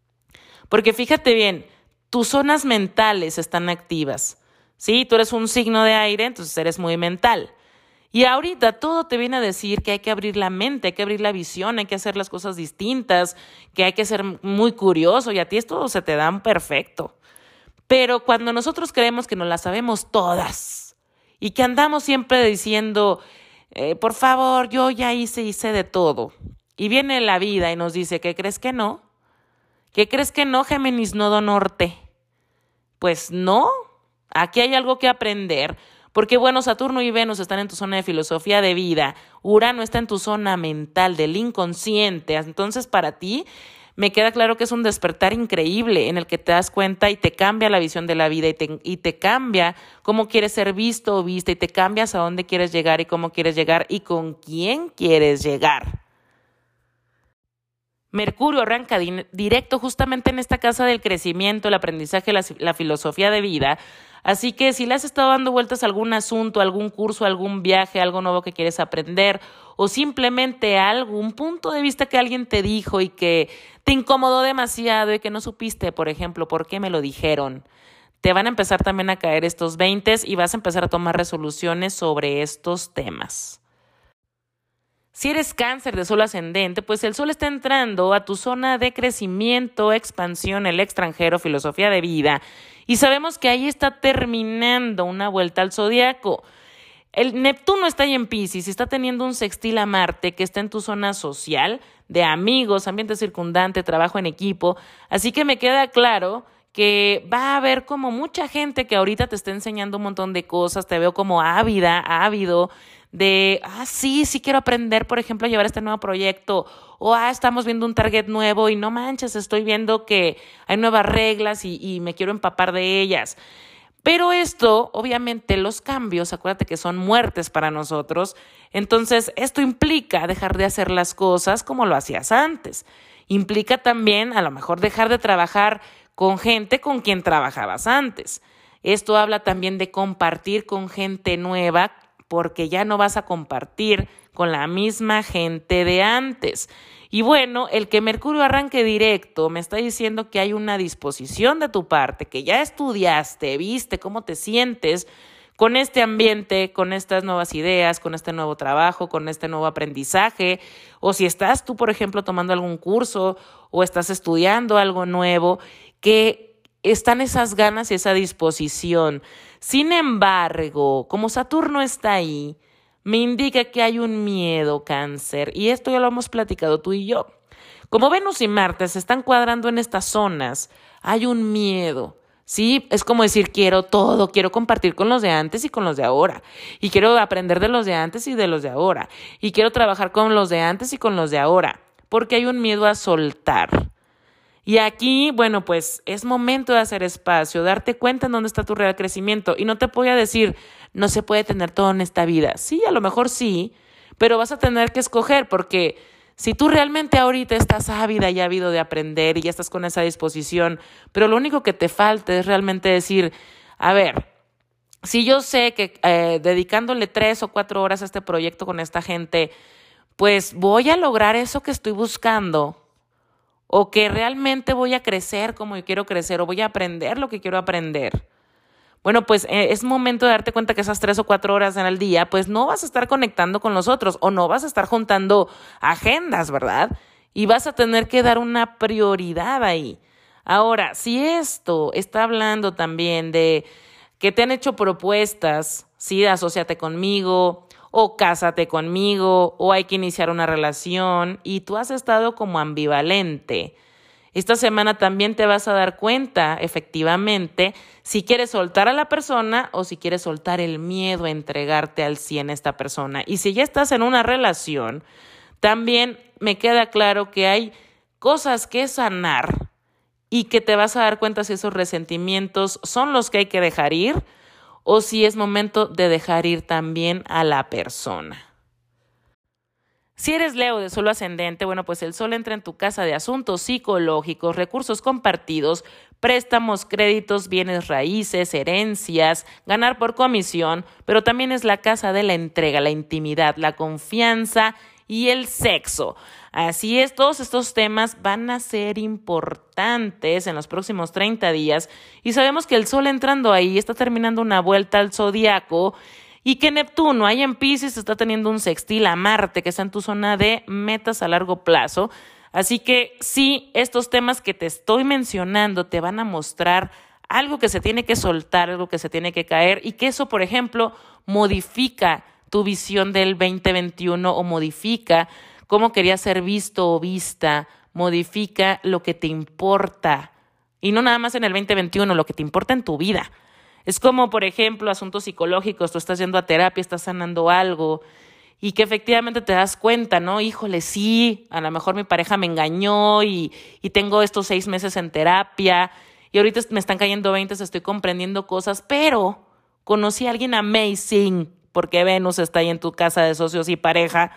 A: Porque fíjate bien, tus zonas mentales están activas. ¿Sí? Tú eres un signo de aire, entonces eres muy mental. Y ahorita todo te viene a decir que hay que abrir la mente, hay que abrir la visión, hay que hacer las cosas distintas, que hay que ser muy curioso y a ti esto se te da perfecto. Pero cuando nosotros creemos que nos las sabemos todas y que andamos siempre diciendo, eh, por favor, yo ya hice, hice de todo. Y viene la vida y nos dice, ¿qué crees que no? ¿Qué crees que no, Géminis Nodo Norte? Pues no, aquí hay algo que aprender Porque bueno, Saturno y Venus están en tu zona de filosofía de vida, Urano está en tu zona mental, del inconsciente. Entonces para ti me queda claro que es un despertar increíble en el que te das cuenta y te cambia la visión de la vida y te, y te cambia cómo quieres ser visto o vista y te cambias a dónde quieres llegar y cómo quieres llegar y con quién quieres llegar. Mercurio arranca di- directo justamente en esta casa del crecimiento, el aprendizaje, la, la filosofía de vida. Así que si le has estado dando vueltas a algún asunto, algún curso, algún viaje, algo nuevo que quieres aprender o simplemente algún punto de vista que alguien te dijo y que te incomodó demasiado y que no supiste, por ejemplo, por qué me lo dijeron, te van a empezar también a caer estos veintes y vas a empezar a tomar resoluciones sobre estos temas. Si eres Cáncer de Sol ascendente, pues el Sol está entrando a tu zona de crecimiento, expansión, el extranjero, filosofía de vida. Y sabemos que ahí está terminando una vuelta al zodiaco. El Neptuno está ahí en Piscis y está teniendo un sextil a Marte que está en tu zona social, de amigos, ambiente circundante, trabajo en equipo. Así que me queda claro que va a haber como mucha gente que ahorita te está enseñando un montón de cosas. Te veo como ávida, ávido de, ah, sí, sí quiero aprender, por ejemplo, a llevar este nuevo proyecto, o, ah, estamos viendo un target nuevo y no manches, estoy viendo que hay nuevas reglas y, y me quiero empapar de ellas. Pero esto, obviamente, los cambios, acuérdate que son muertes para nosotros, entonces esto implica dejar de hacer las cosas como lo hacías antes. Implica también, a lo mejor, dejar de trabajar con gente con quien trabajabas antes. Esto habla también de compartir con gente nueva, porque ya no vas a compartir con la misma gente de antes. Y bueno, el que Mercurio arranque directo me está diciendo que hay una disposición de tu parte, que ya estudiaste, viste cómo te sientes con este ambiente, con estas nuevas ideas, con este nuevo trabajo, con este nuevo aprendizaje, o si estás tú, por ejemplo, tomando algún curso o estás estudiando algo nuevo, que están esas ganas y esa disposición. Sin embargo, como Saturno está ahí, me indica que hay un miedo, Cáncer, y esto ya lo hemos platicado tú y yo. Como Venus y Marte se están cuadrando en estas zonas, hay un miedo, ¿sí? Es como decir, quiero todo, quiero compartir con los de antes y con los de ahora, y quiero aprender de los de antes y de los de ahora, y quiero trabajar con los de antes y con los de ahora, porque hay un miedo a soltar. Y aquí, bueno, pues es momento de hacer espacio, darte cuenta en dónde está tu real crecimiento. Y no te voy a decir, no se puede tener todo en esta vida. Sí, a lo mejor sí, pero vas a tener que escoger porque si tú realmente ahorita estás ávida y ávido de aprender y ya estás con esa disposición, pero lo único que te falta es realmente decir, a ver, si yo sé que eh, dedicándole tres o cuatro horas a este proyecto con esta gente, pues voy a lograr eso que estoy buscando, o que realmente voy a crecer como yo quiero crecer, o voy a aprender lo que quiero aprender. Bueno, pues eh, es momento de darte cuenta que esas tres o cuatro horas en el día, pues no vas a estar conectando con los otros, o no vas a estar juntando agendas, ¿verdad? Y vas a tener que dar una prioridad ahí. Ahora, si esto está hablando también de que te han hecho propuestas, sí, asóciate conmigo, o cásate conmigo, o hay que iniciar una relación, y tú has estado como ambivalente. Esta semana también te vas a dar cuenta, efectivamente, si quieres soltar a la persona o si quieres soltar el miedo a entregarte al cien a esta persona. Y si ya estás en una relación, también me queda claro que hay cosas que sanar y que te vas a dar cuenta si esos resentimientos son los que hay que dejar ir, o si es momento de dejar ir también a la persona. Si eres Leo de Sol ascendente, bueno, pues el Sol entra en tu casa de asuntos psicológicos, recursos compartidos, préstamos, créditos, bienes raíces, herencias, ganar por comisión, pero también es la casa de la entrega, la intimidad, la confianza y el sexo. Así es, todos estos temas van a ser importantes en los próximos treinta días y sabemos que el Sol entrando ahí está terminando una vuelta al zodiaco y que Neptuno ahí en Piscis está teniendo un sextil a Marte que está en tu zona de metas a largo plazo. Así que sí, estos temas que te estoy mencionando te van a mostrar algo que se tiene que soltar, algo que se tiene que caer y que eso, por ejemplo, modifica tu visión del veinte veintiuno o modifica cómo querías ser visto o vista, modifica lo que te importa. Y no nada más en el veinte veintiuno, lo que te importa en tu vida. Es como, por ejemplo, asuntos psicológicos, tú estás yendo a terapia, estás sanando algo y que efectivamente te das cuenta, ¿no? Híjole, sí, a lo mejor mi pareja me engañó y, y tengo estos seis meses en terapia y ahorita me están cayendo veintes, estoy comprendiendo cosas, pero conocí a alguien amazing, porque Venus está ahí en tu casa de socios y pareja,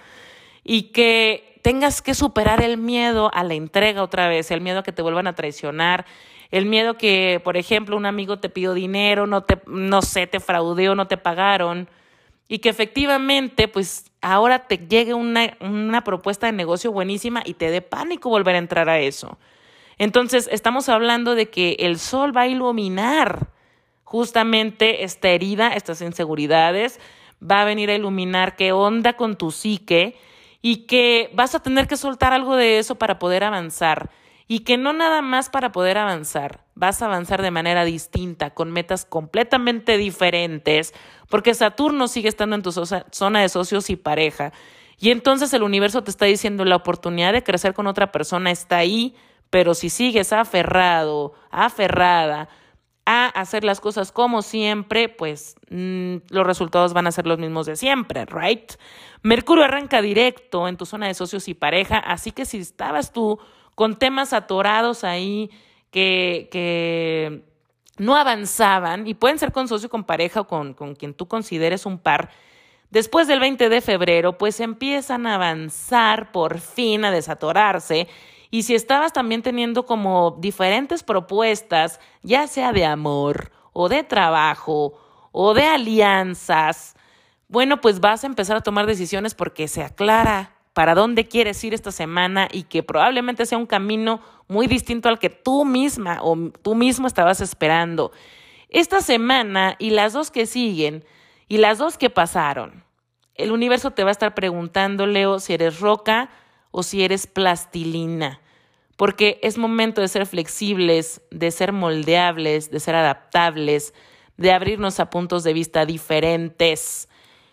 A: y que tengas que superar el miedo a la entrega otra vez, el miedo a que te vuelvan a traicionar, el miedo que, por ejemplo, un amigo te pidió dinero, no te, no sé, te fraudeó, no te pagaron, y que efectivamente, pues, ahora te llegue una, una propuesta de negocio buenísima y te dé pánico volver a entrar a eso. Entonces, estamos hablando de que el sol va a iluminar justamente esta herida, estas inseguridades, va a venir a iluminar qué onda con tu psique y que vas a tener que soltar algo de eso para poder avanzar. Y que no nada más para poder avanzar, vas a avanzar de manera distinta, con metas completamente diferentes, porque Saturno sigue estando en tu zona de socios y pareja. Y entonces el universo te está diciendo la oportunidad de crecer con otra persona está ahí, pero si sigues aferrado, aferrada a hacer las cosas como siempre, pues mmm, los resultados van a ser los mismos de siempre, ¿right? Mercurio arranca directo en tu zona de socios y pareja, así que si estabas tú con temas atorados ahí que, que no avanzaban, y pueden ser con socio, con pareja o con, con quien tú consideres un par, después del veinte de febrero, pues empiezan a avanzar por fin, a desatorarse. Y si estabas también teniendo como diferentes propuestas, ya sea de amor o de trabajo o de alianzas, bueno, pues vas a empezar a tomar decisiones porque se aclara para dónde quieres ir esta semana y que probablemente sea un camino muy distinto al que tú misma o tú mismo estabas esperando. Esta semana y las dos que siguen y las dos que pasaron, el universo te va a estar preguntando, Leo, si eres roca o si eres plastilina, porque es momento de ser flexibles, de ser moldeables, de ser adaptables, de abrirnos a puntos de vista diferentes.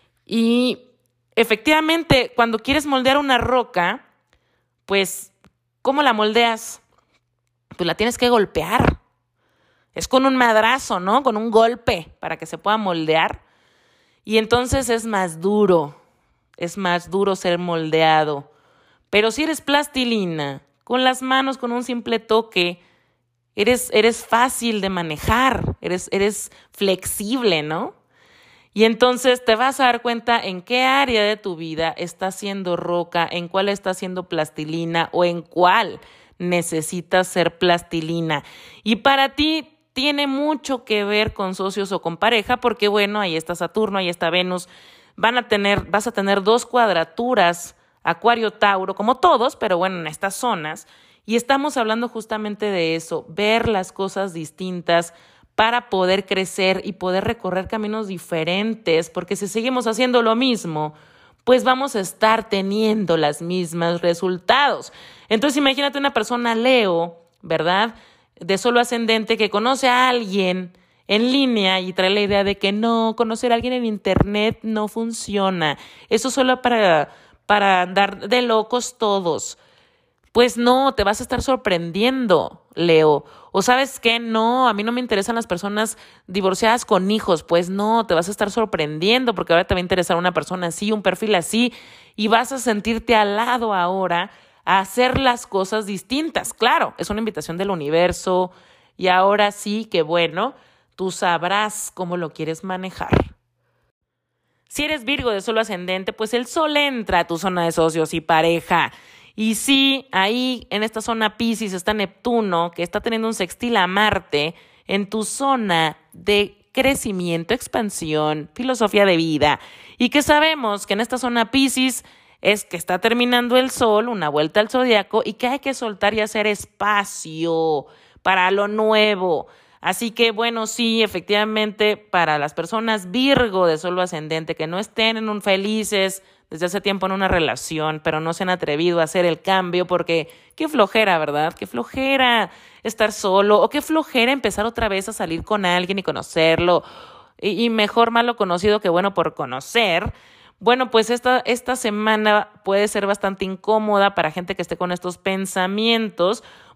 A: Y efectivamente, cuando quieres moldear una roca, pues, ¿cómo la moldeas? Pues la tienes que golpear. Es con un madrazo, ¿no? Con un golpe para que se pueda moldear. Y entonces es más duro, es más duro ser moldeado. Pero si eres plastilina, con las manos, con un simple toque, eres, eres fácil de manejar, eres, eres flexible, ¿no? Y entonces te vas a dar cuenta en qué área de tu vida está siendo roca, en cuál está siendo plastilina o en cuál necesitas ser plastilina. Y para ti tiene mucho que ver con socios o con pareja, porque bueno, ahí está Saturno, ahí está Venus, van a tener, vas a tener dos cuadraturas, Acuario, Tauro, como todos, pero bueno, en estas zonas. Y estamos hablando justamente de eso, ver las cosas distintas, para poder crecer y poder recorrer caminos diferentes, porque si seguimos haciendo lo mismo, pues vamos a estar teniendo los mismos resultados. Entonces imagínate una persona Leo, ¿verdad?, de solo ascendente que conoce a alguien en línea y trae la idea de que no, conocer a alguien en internet no funciona. Eso solo para, para andar de locos todos. Pues no, te vas a estar sorprendiendo, Leo. O ¿sabes qué? No, a mí no me interesan las personas divorciadas con hijos. Pues no, te vas a estar sorprendiendo porque ahora te va a interesar una persona así, un perfil así, y vas a sentirte al lado ahora a hacer las cosas distintas. Claro, es una invitación del universo y ahora sí que bueno, tú sabrás cómo lo quieres manejar. Si eres Virgo de solo ascendente, pues el sol entra a tu zona de socios y pareja. Y sí, ahí en esta zona Piscis está Neptuno, que está teniendo un sextil a Marte en tu zona de crecimiento, expansión, filosofía de vida. Y que sabemos que en esta zona Piscis es que está terminando el sol, una vuelta al zodiaco, y que hay que soltar y hacer espacio para lo nuevo. Así que bueno, sí, efectivamente, para las personas Virgo de solo ascendente que no estén en un felices desde hace tiempo en una relación, pero no se han atrevido a hacer el cambio porque qué flojera, ¿verdad? Qué flojera estar solo o qué flojera empezar otra vez a salir con alguien y conocerlo. Y, y mejor malo conocido que bueno por conocer. Bueno, pues esta, esta semana puede ser bastante incómoda para gente que esté con estos pensamientos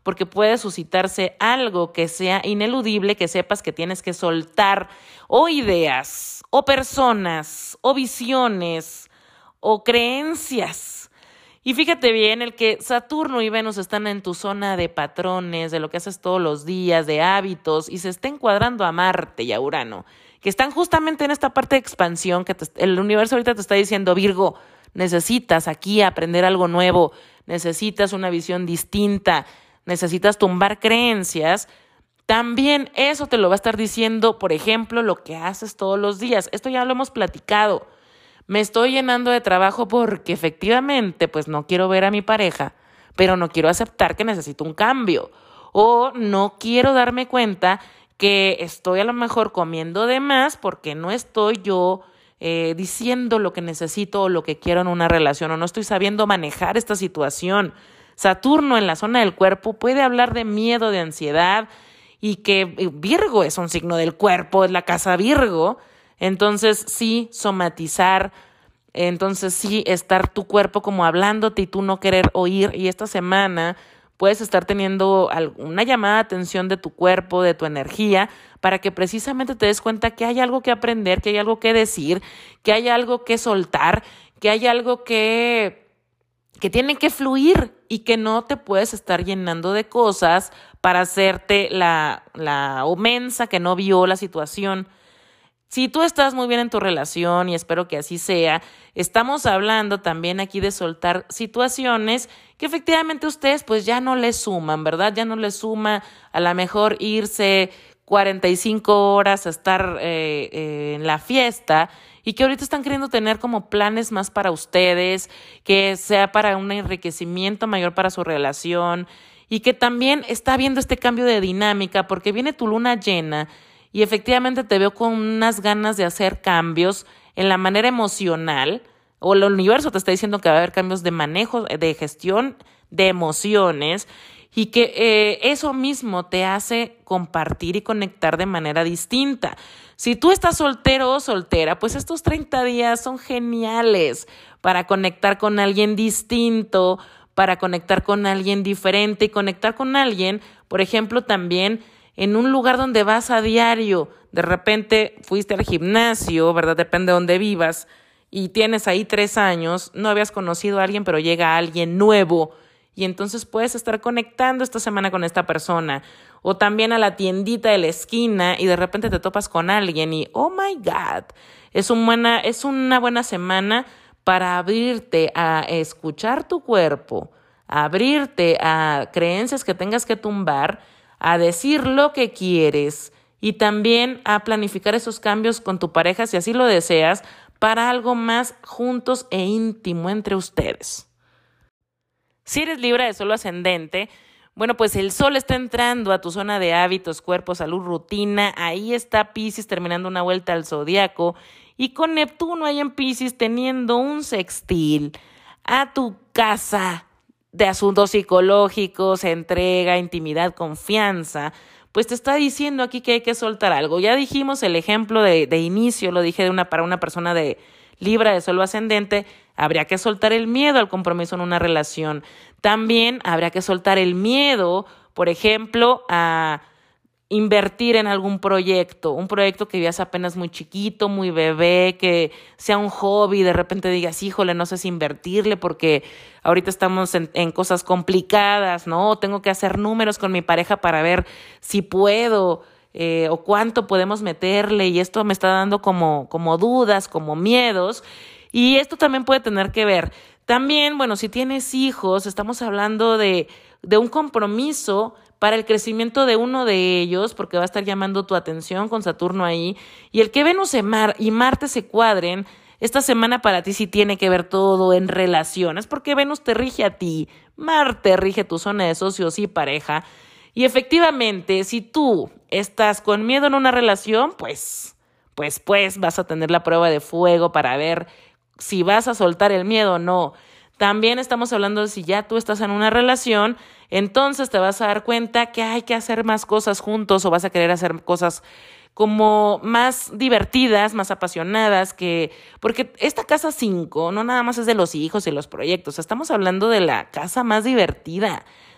A: porque puede suscitarse algo que sea ineludible, que sepas que tienes que soltar, o ideas, o personas, o visiones, o creencias. Y fíjate bien, el que Saturno y Venus están en tu zona de patrones, de lo que haces todos los días, de hábitos, y se está encuadrando a Marte y a Urano, que están justamente en esta parte de expansión, que te, el universo ahorita te está diciendo, Virgo, necesitas aquí aprender algo nuevo, necesitas una visión distinta, necesitas tumbar creencias. También eso te lo va a estar diciendo, por ejemplo, lo que haces todos los días. Esto ya lo hemos platicado. Me estoy llenando de trabajo porque efectivamente, pues no quiero ver a mi pareja, pero no quiero aceptar que necesito un cambio. O no quiero darme cuenta que estoy a lo mejor comiendo de más porque no estoy yo eh, diciendo lo que necesito o lo que quiero en una relación, o no estoy sabiendo manejar esta situación. Saturno en la zona del cuerpo puede hablar de miedo, de ansiedad, y que Virgo es un signo del cuerpo, es la casa Virgo. Entonces sí, somatizar, entonces sí, estar tu cuerpo como hablándote y tú no querer oír. Y esta semana puedes estar teniendo una llamada de atención de tu cuerpo, de tu energía, para que precisamente te des cuenta que hay algo que aprender, que hay algo que decir, que hay algo que soltar, que hay algo que, que tiene que fluir y que no te puedes estar llenando de cosas para hacerte la, la mensa que no vio la situación. Si tú estás muy bien en tu relación, y espero que así sea, estamos hablando también aquí de soltar situaciones que efectivamente ustedes pues ya no les suman, ¿verdad? Ya no les suma a lo mejor irse cuarenta y cinco horas a estar eh, eh, en la fiesta, y que ahorita están queriendo tener como planes más para ustedes, que sea para un enriquecimiento mayor para su relación, y que también está habiendo este cambio de dinámica porque viene tu luna llena. Y efectivamente te veo con unas ganas de hacer cambios en la manera emocional, o el universo te está diciendo que va a haber cambios de manejo, de gestión de emociones, y que eh, eso mismo te hace compartir y conectar de manera distinta. Si tú estás soltero o soltera, pues estos treinta días son geniales para conectar con alguien distinto, para conectar con alguien diferente y conectar con alguien, por ejemplo, también en un lugar donde vas a diario. De repente fuiste al gimnasio, ¿verdad? Depende de dónde vivas, y tienes ahí tres años, no habías conocido a alguien, pero llega alguien nuevo, y entonces puedes estar conectando esta semana con esta persona. O también a la tiendita de la esquina y de repente te topas con alguien y oh my God, es, un buena, es una buena semana para abrirte a escuchar tu cuerpo, a abrirte a creencias que tengas que tumbar, a decir lo que quieres y también a planificar esos cambios con tu pareja, si así lo deseas, para algo más juntos e íntimo entre ustedes. Si eres Libra de Sol ascendente, bueno, pues el Sol está entrando a tu zona de hábitos, cuerpo, salud, rutina. Ahí está Piscis terminando una vuelta al zodiaco, y con Neptuno ahí en Piscis teniendo un sextil a tu casa de asuntos psicológicos, entrega, intimidad, confianza, pues te está diciendo aquí que hay que soltar algo. Ya dijimos el ejemplo de, de inicio, lo dije de una para una persona de Libra de Sol ascendente, habría que soltar el miedo al compromiso en una relación. También habría que soltar el miedo, por ejemplo, a invertir en algún proyecto, un proyecto que veas apenas muy chiquito, muy bebé, que sea un hobby, de repente digas, híjole, no sé si invertirle porque ahorita estamos en, en cosas complicadas, ¿no? Tengo que hacer números con mi pareja para ver si puedo eh, o cuánto podemos meterle, y esto me está dando como, como dudas, como miedos, y esto también puede tener que ver. También, bueno, si tienes hijos, estamos hablando de, de un compromiso para el crecimiento de uno de ellos, porque va a estar llamando tu atención con Saturno ahí, y el que Venus y Marte se cuadren, esta semana para ti sí tiene que ver todo en relaciones, porque Venus te rige a ti, Marte rige tu zona de socios y pareja, y efectivamente, si tú estás con miedo en una relación, pues, pues, pues vas a tener la prueba de fuego para ver si vas a soltar el miedo o no. También estamos hablando de si ya tú estás en una relación, entonces te vas a dar cuenta que hay que hacer más cosas juntos, o vas a querer hacer cosas como más divertidas, más apasionadas, que porque esta casa cinco no nada más es de los hijos y los proyectos, estamos hablando de la casa más divertida,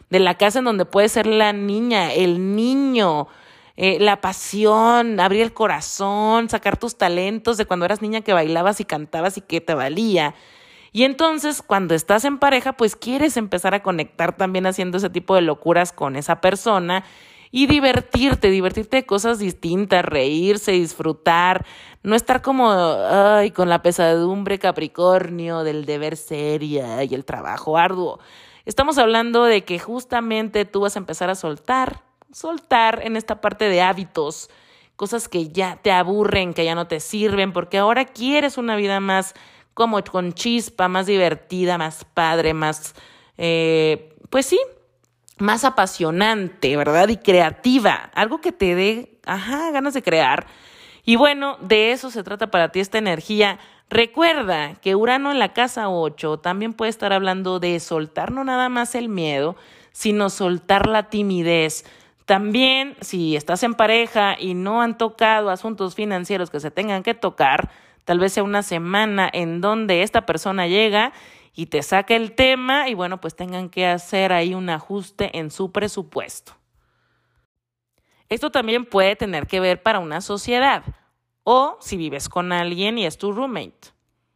A: de la casa en donde puedes ser la niña, el niño, eh, la pasión, abrir el corazón, sacar tus talentos de cuando eras niña que bailabas y cantabas y que te valía. Y entonces, cuando estás en pareja, pues quieres empezar a conectar también haciendo ese tipo de locuras con esa persona y divertirte, divertirte de cosas distintas, reírse, disfrutar, no estar como, ay, con la pesadumbre Capricornio del deber seria y el trabajo arduo. Estamos hablando de que justamente tú vas a empezar a soltar, soltar en esta parte de hábitos, cosas que ya te aburren, que ya no te sirven, porque ahora quieres una vida más como con chispa, más divertida, más padre, más, eh, pues sí, más apasionante, ¿verdad? Y creativa, algo que te dé, ajá, ganas de crear. Y bueno, de eso se trata para ti esta energía. Recuerda que Urano en la casa ocho también puede estar hablando de soltar no nada más el miedo, sino soltar la timidez. También, si estás en pareja y no han tocado asuntos financieros que se tengan que tocar, tal vez sea una semana en donde esta persona llega y te saca el tema y bueno, pues tengan que hacer ahí un ajuste en su presupuesto. Esto también puede tener que ver para una sociedad o si vives con alguien y es tu roommate.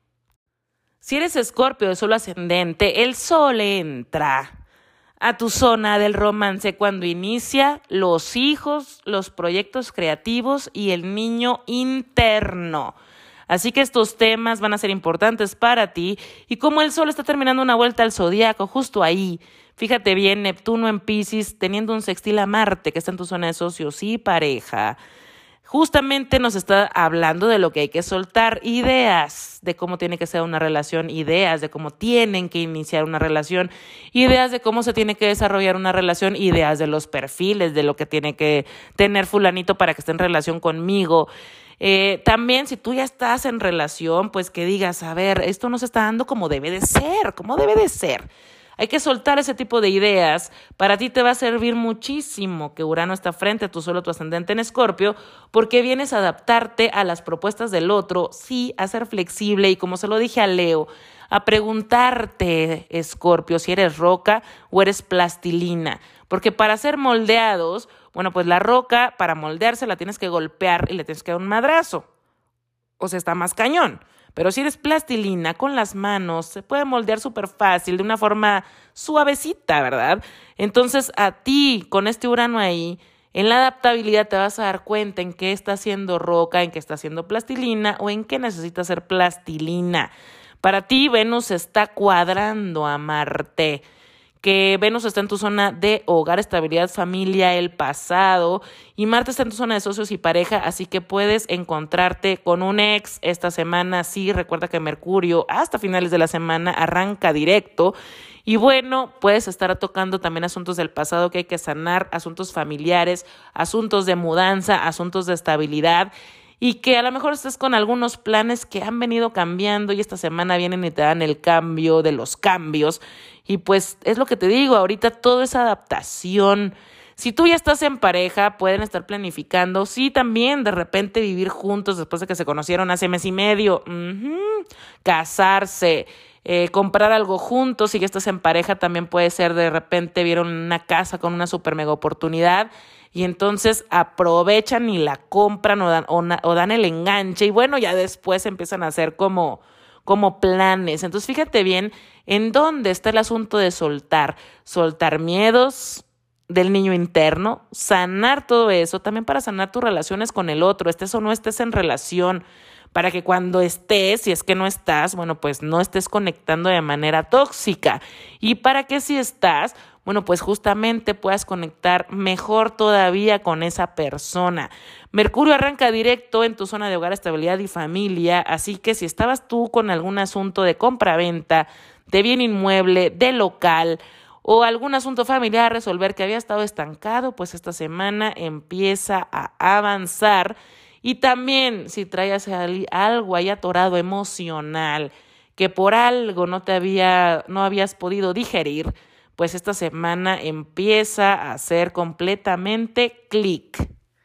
A: Si eres Escorpio de Sol ascendente, el Sol entra a tu zona del romance cuando inicia los hijos, los proyectos creativos y el niño interno. Así que estos temas van a ser importantes para ti y como el Sol está terminando una vuelta al zodiaco justo ahí, fíjate bien, Neptuno en Piscis teniendo un sextil a Marte que está en tu zona de socios y pareja, justamente nos está hablando de lo que hay que soltar, ideas de cómo tiene que ser una relación, ideas de cómo tienen que iniciar una relación, ideas de cómo se tiene que desarrollar una relación, ideas de los perfiles, de lo que tiene que tener fulanito para que esté en relación conmigo. Eh, también si tú ya estás en relación, pues que digas, a ver, esto no se está dando como debe de ser, como debe de ser. Hay que soltar ese tipo de ideas. Para ti te va a servir muchísimo que Urano está frente a tu Sol o tu ascendente en Escorpio, porque vienes a adaptarte a las propuestas del otro, sí, a ser flexible y como se lo dije a Leo, a preguntarte, Escorpio, si eres roca o eres plastilina. Porque para ser moldeados, bueno, pues la roca, para moldearse, la tienes que golpear y le tienes que dar un madrazo. O sea, está más cañón. Pero si eres plastilina, con las manos, se puede moldear súper fácil, de una forma suavecita, ¿verdad? Entonces, a ti, con este Urano ahí, en la adaptabilidad te vas a dar cuenta en qué está haciendo roca, en qué está haciendo plastilina o en qué necesita ser plastilina. Para ti, Venus está cuadrando a Marte, que Venus está en tu zona de hogar, estabilidad, familia, el pasado, y Marte está en tu zona de socios y pareja, así que puedes encontrarte con un ex esta semana. Sí, recuerda que Mercurio hasta finales de la semana arranca directo, y bueno, puedes estar tocando también asuntos del pasado que hay que sanar, asuntos familiares, asuntos de mudanza, asuntos de estabilidad, y que a lo mejor estés con algunos planes que han venido cambiando y esta semana vienen y te dan el cambio de los cambios. Y pues es lo que te digo, ahorita todo es adaptación. Si tú ya estás en pareja, pueden estar planificando, sí, también de repente vivir juntos después de que se conocieron hace mes y medio, uh-huh. casarse, eh, comprar algo juntos. Si ya estás en pareja, también puede ser de repente vieron una casa con una super mega oportunidad y entonces aprovechan y la compran o dan, o, o dan el enganche y bueno, ya después empiezan a hacer como, como planes. Entonces fíjate bien en dónde está el asunto de soltar, soltar miedos del niño interno, sanar todo eso, también para sanar tus relaciones con el otro, estés o no estés en relación, para que cuando estés, si es que no estás, bueno, pues no estés conectando de manera tóxica. Y para que si estás, bueno, pues justamente puedas conectar mejor todavía con esa persona. Mercurio arranca directo en tu zona de hogar, estabilidad y familia, así que si estabas tú con algún asunto de compra-venta, de bien inmueble, de local o algún asunto familiar a resolver que había estado estancado, pues esta semana empieza a avanzar. Y también si traías algo ahí atorado emocional que por algo no te había, no habías podido digerir, pues esta semana empieza a hacer completamente clic.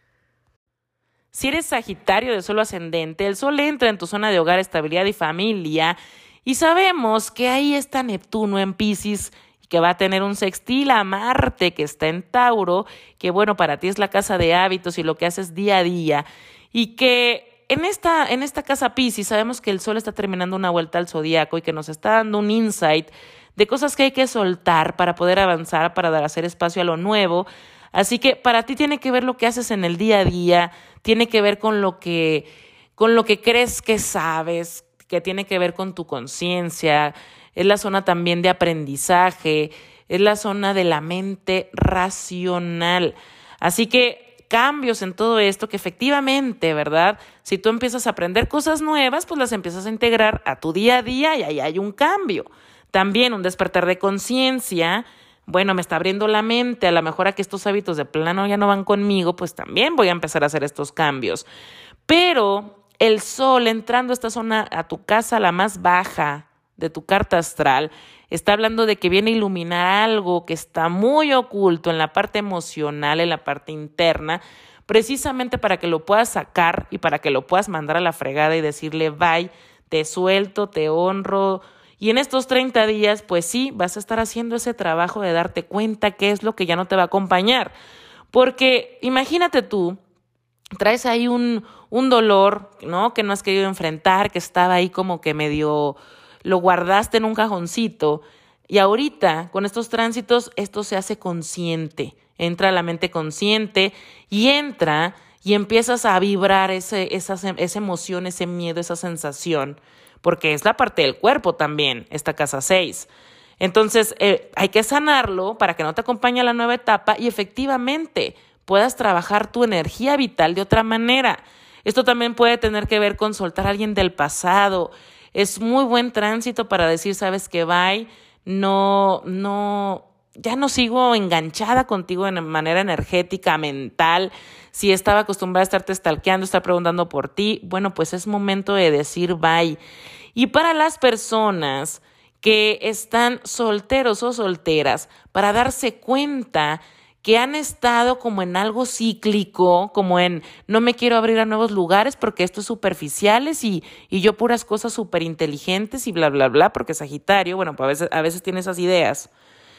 A: Si eres Sagitario de Sol ascendente, el Sol entra en tu zona de hogar, estabilidad y familia, y sabemos que ahí está Neptuno en Piscis, que va a tener un sextil a Marte que está en Tauro, que bueno, para ti es la casa de hábitos y lo que haces día a día, y que en esta, en esta casa Piscis sabemos que el Sol está terminando una vuelta al zodiaco y que nos está dando un insight de cosas que hay que soltar para poder avanzar, para dar, hacer espacio a lo nuevo. Así que para ti tiene que ver lo que haces en el día a día, tiene que ver con lo que, con lo que crees que sabes, que tiene que ver con tu conciencia. Es la zona también de aprendizaje, es la zona de la mente racional. Así que cambios en todo esto que efectivamente, ¿verdad? Si tú empiezas a aprender cosas nuevas, pues las empiezas a integrar a tu día a día y ahí hay un cambio. También un despertar de conciencia. Bueno, me está abriendo la mente, a lo mejor a que estos hábitos de plano ya no van conmigo, pues también voy a empezar a hacer estos cambios. Pero el Sol entrando a esta zona, a tu casa, la más baja de tu carta astral, está hablando de que viene a iluminar algo que está muy oculto en la parte emocional, en la parte interna, precisamente para que lo puedas sacar y para que lo puedas mandar a la fregada y decirle bye, te suelto, te honro. Y en estos treinta días, pues sí, vas a estar haciendo ese trabajo de darte cuenta qué es lo que ya no te va a acompañar. Porque imagínate tú, traes ahí un, un dolor, ¿no? Que no has querido enfrentar, que estaba ahí como que medio lo guardaste en un cajoncito. Y ahorita, con estos tránsitos, esto se hace consciente. Entra a la mente consciente y entra y empiezas a vibrar ese, esa, esa emoción, ese miedo, esa sensación. Porque es la parte del cuerpo también, esta casa seis. Entonces, eh, hay que sanarlo para que no te acompañe a la nueva etapa y efectivamente puedas trabajar tu energía vital de otra manera. Esto también puede tener que ver con soltar a alguien del pasado. Es muy buen tránsito para decir, ¿sabes qué? Bye, no, no, ya no sigo enganchada contigo de manera energética, mental. Si estaba acostumbrada a estarte stalkeando, estar preguntando por ti, bueno, pues es momento de decir bye. Y para las personas que están solteros o solteras, para darse cuenta que han estado como en algo cíclico, como en no me quiero abrir a nuevos lugares porque esto es superficiales y, y yo puras cosas súper inteligentes y bla, bla, bla, porque Sagitario, bueno, pues a veces, a veces tiene esas ideas.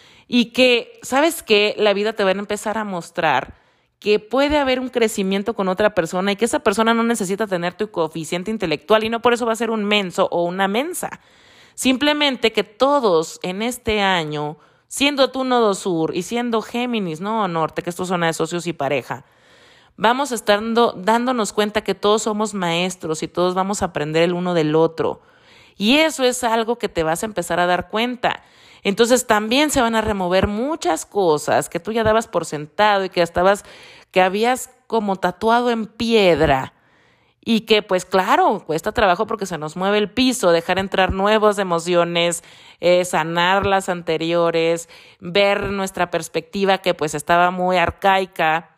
A: Y que, ¿sabes qué? La vida te va a empezar a mostrar que puede haber un crecimiento con otra persona y que esa persona no necesita tener tu coeficiente intelectual y no por eso va a ser un menso o una mensa. Simplemente que todos en este año, siendo tú nodo sur y siendo Géminis, no norte, que esto es zona de socios y pareja, vamos estando dándonos cuenta que todos somos maestros y todos vamos a aprender el uno del otro. Y eso es algo que te vas a empezar a dar cuenta. Entonces también se van a remover muchas cosas que tú ya dabas por sentado y que estabas, que habías como tatuado en piedra. Y que pues claro, cuesta trabajo porque se nos mueve el piso, dejar entrar nuevas emociones, eh, sanar las anteriores, ver nuestra perspectiva que pues estaba muy arcaica,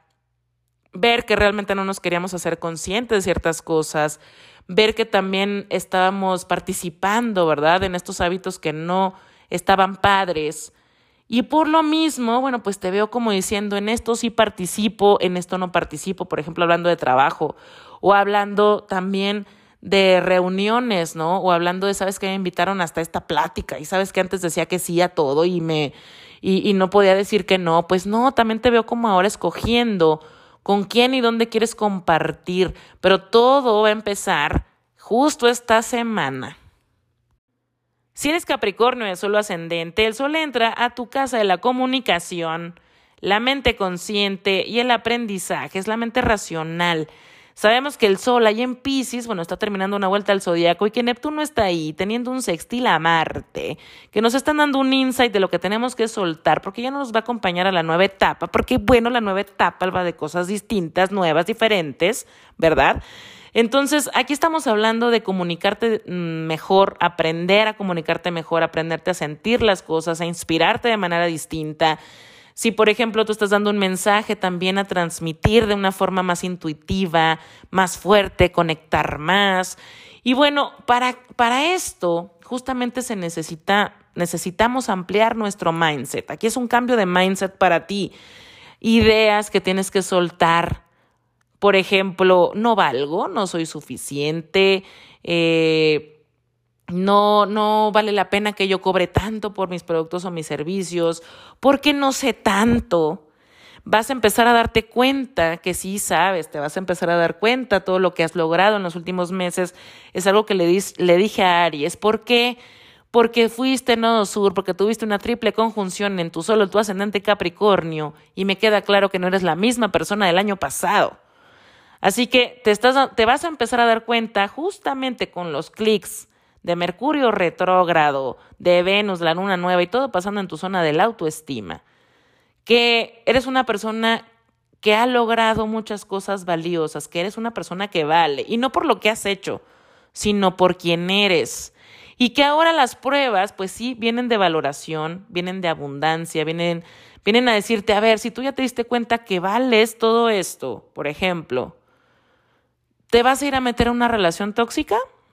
A: ver que realmente no nos queríamos hacer conscientes de ciertas cosas, ver que también estábamos participando, ¿verdad?, en estos hábitos que no estaban padres. Y por lo mismo, bueno, pues te veo como diciendo, en esto sí participo, en esto no participo, por ejemplo, hablando de trabajo o hablando también de reuniones, ¿no? O hablando de, ¿sabes qué? Me invitaron hasta esta plática y sabes que antes decía que sí a todo y me y, y no podía decir que no. Pues no, también te veo como ahora escogiendo con quién y dónde quieres compartir, pero todo va a empezar justo esta semana. Si eres Capricornio de Sol ascendente, el Sol entra a tu casa de la comunicación, la mente consciente y el aprendizaje, es la mente racional. Sabemos que el Sol ahí en Piscis, bueno, está terminando una vuelta al zodiaco y que Neptuno está ahí teniendo un sextil a Marte, que nos están dando un insight de lo que tenemos que soltar, porque ya no nos va a acompañar a la nueva etapa, porque bueno, la nueva etapa va de cosas distintas, nuevas, diferentes, ¿verdad? Entonces, aquí estamos hablando de comunicarte mejor, aprender a comunicarte mejor, aprenderte a sentir las cosas, a inspirarte de manera distinta. Si, por ejemplo, tú estás dando un mensaje, también a transmitir de una forma más intuitiva, más fuerte, conectar más. Y bueno, para, para esto justamente se necesita, necesitamos ampliar nuestro mindset. Aquí es un cambio de mindset para ti. Ideas que tienes que soltar. Por ejemplo, no valgo, no soy suficiente, eh, no, no vale la pena que yo cobre tanto por mis productos o mis servicios, porque no sé tanto. Vas a empezar a darte cuenta que sí sabes, te vas a empezar a dar cuenta todo lo que has logrado en los últimos meses. Es algo que le, dis, le dije a Aries. ¿Por qué? Porque fuiste nodo sur, porque tuviste una triple conjunción en tu Sol o tu ascendente Capricornio, y me queda claro que no eres la misma persona del año pasado. Así que te, estás, te vas a empezar a dar cuenta justamente con los clics de Mercurio retrógrado, de Venus, la luna nueva y todo pasando en tu zona de la autoestima, que eres una persona que ha logrado muchas cosas valiosas, que eres una persona que vale, y no por lo que has hecho, sino por quién eres. Y que ahora las pruebas, pues sí, vienen de valoración, vienen de abundancia, vienen, vienen a decirte, a ver, si tú ya te diste cuenta que vales todo esto, por ejemplo, ¿te vas a ir a meter a una relación tóxica?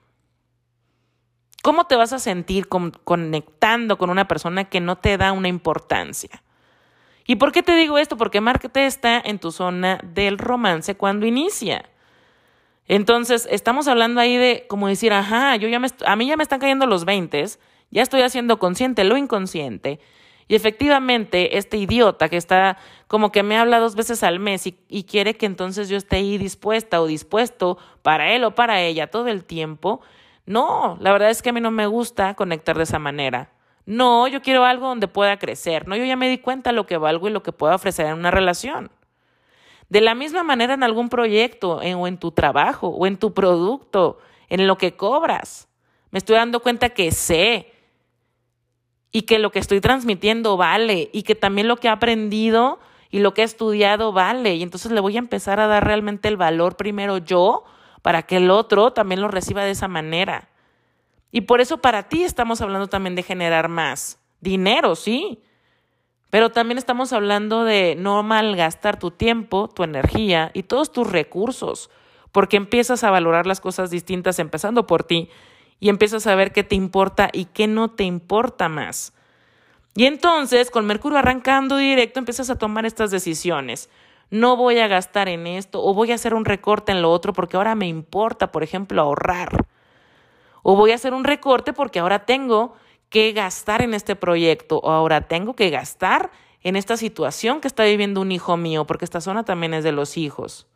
A: ¿Cómo te vas a sentir con, conectando con una persona que no te da una importancia? ¿Y por qué te digo esto? Porque Marte está en tu zona del romance cuando inicia. Entonces, estamos hablando ahí de como decir, ajá, yo ya me, a mí ya me están cayendo los veintes, ya estoy haciendo consciente lo inconsciente, y efectivamente este idiota que está como que me habla dos veces al mes y, y quiere que entonces yo esté ahí dispuesta o dispuesto para él o para ella todo el tiempo, no, la verdad es que a mí no me gusta conectar de esa manera. No, yo quiero algo donde pueda crecer, no, yo ya me di cuenta lo que valgo y lo que puedo ofrecer en una relación. De la misma manera en algún proyecto, en, o en tu trabajo, o en tu producto, en lo que cobras. Me estoy dando cuenta que sé y que lo que estoy transmitiendo vale y que también lo que he aprendido y lo que he estudiado vale. Y entonces le voy a empezar a dar realmente el valor primero yo para que el otro también lo reciba de esa manera. Y por eso para ti estamos hablando también de generar más dinero, sí. Pero también estamos hablando de no malgastar tu tiempo, tu energía y todos tus recursos, porque empiezas a valorar las cosas distintas empezando por ti y empiezas a ver qué te importa y qué no te importa más. Y entonces, con Mercurio arrancando directo, empiezas a tomar estas decisiones. No voy a gastar en esto o voy a hacer un recorte en lo otro porque ahora me importa, por ejemplo, ahorrar. O voy a hacer un recorte porque ahora tengo que gastar en este proyecto o ahora tengo que gastar en esta situación que está viviendo un hijo mío, porque esta zona también es de los hijos.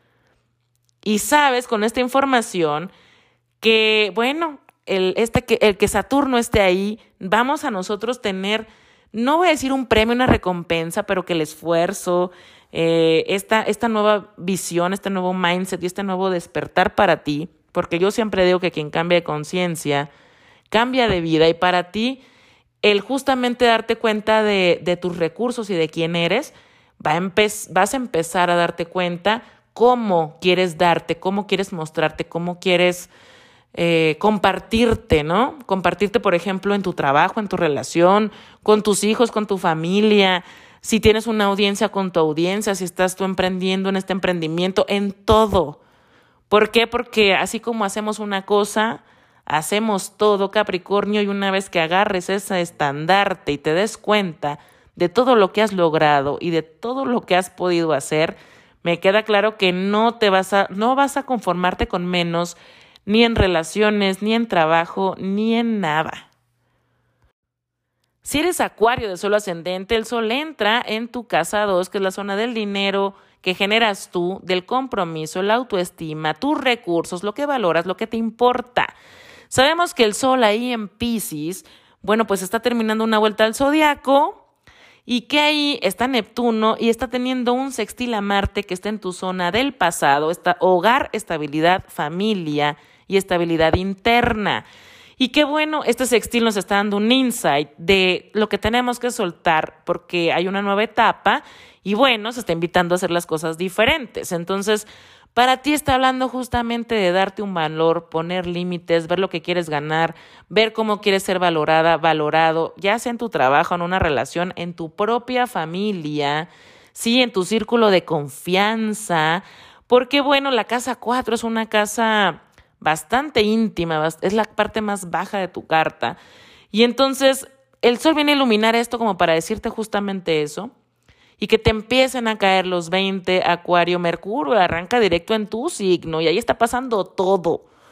A: Y sabes con esta información que, bueno, el, este, que, el que Saturno esté ahí, vamos a nosotros tener, no voy a decir un premio, una recompensa, pero que el esfuerzo, eh, esta, esta nueva visión, este nuevo mindset y este nuevo despertar para ti, porque yo siempre digo que quien cambia de conciencia cambia de vida, y para ti el justamente darte cuenta de, de tus recursos y de quién eres, va a empe- vas a empezar a darte cuenta cómo quieres darte, cómo quieres mostrarte, cómo quieres eh, compartirte, ¿no? Compartirte, por ejemplo, en tu trabajo, en tu relación, con tus hijos, con tu familia, si tienes una audiencia con tu audiencia, si estás tú emprendiendo en este emprendimiento, en todo. ¿Por qué? Porque así como hacemos una cosa, hacemos todo, Capricornio, y una vez que agarres ese estandarte y te des cuenta de todo lo que has logrado y de todo lo que has podido hacer, me queda claro que no te vas a, no vas a conformarte con menos, ni en relaciones, ni en trabajo, ni en nada. Si eres Acuario de Sol ascendente, el Sol entra en tu casa dos, que es la zona del dinero que generas tú, del compromiso, la autoestima, tus recursos, lo que valoras, lo que te importa. Sabemos que el Sol ahí en Piscis, bueno, pues está terminando una vuelta al zodiaco y que ahí está Neptuno y está teniendo un sextil a Marte que está en tu zona del pasado, está hogar, estabilidad, familia y estabilidad interna. Y qué bueno, este sextil nos está dando un insight de lo que tenemos que soltar porque hay una nueva etapa y bueno, se está invitando a hacer las cosas diferentes. Entonces, para ti está hablando justamente de darte un valor, poner límites, ver lo que quieres ganar, ver cómo quieres ser valorada, valorado, ya sea en tu trabajo, en una relación, en tu propia familia, sí, en tu círculo de confianza, porque bueno, la casa cuatro es una casa bastante íntima, es la parte más baja de tu carta. Y entonces el Sol viene a iluminar esto como para decirte justamente eso. Y que te empiecen a caer los veinte, Acuario, Mercurio arranca directo en tu signo y ahí está pasando todo.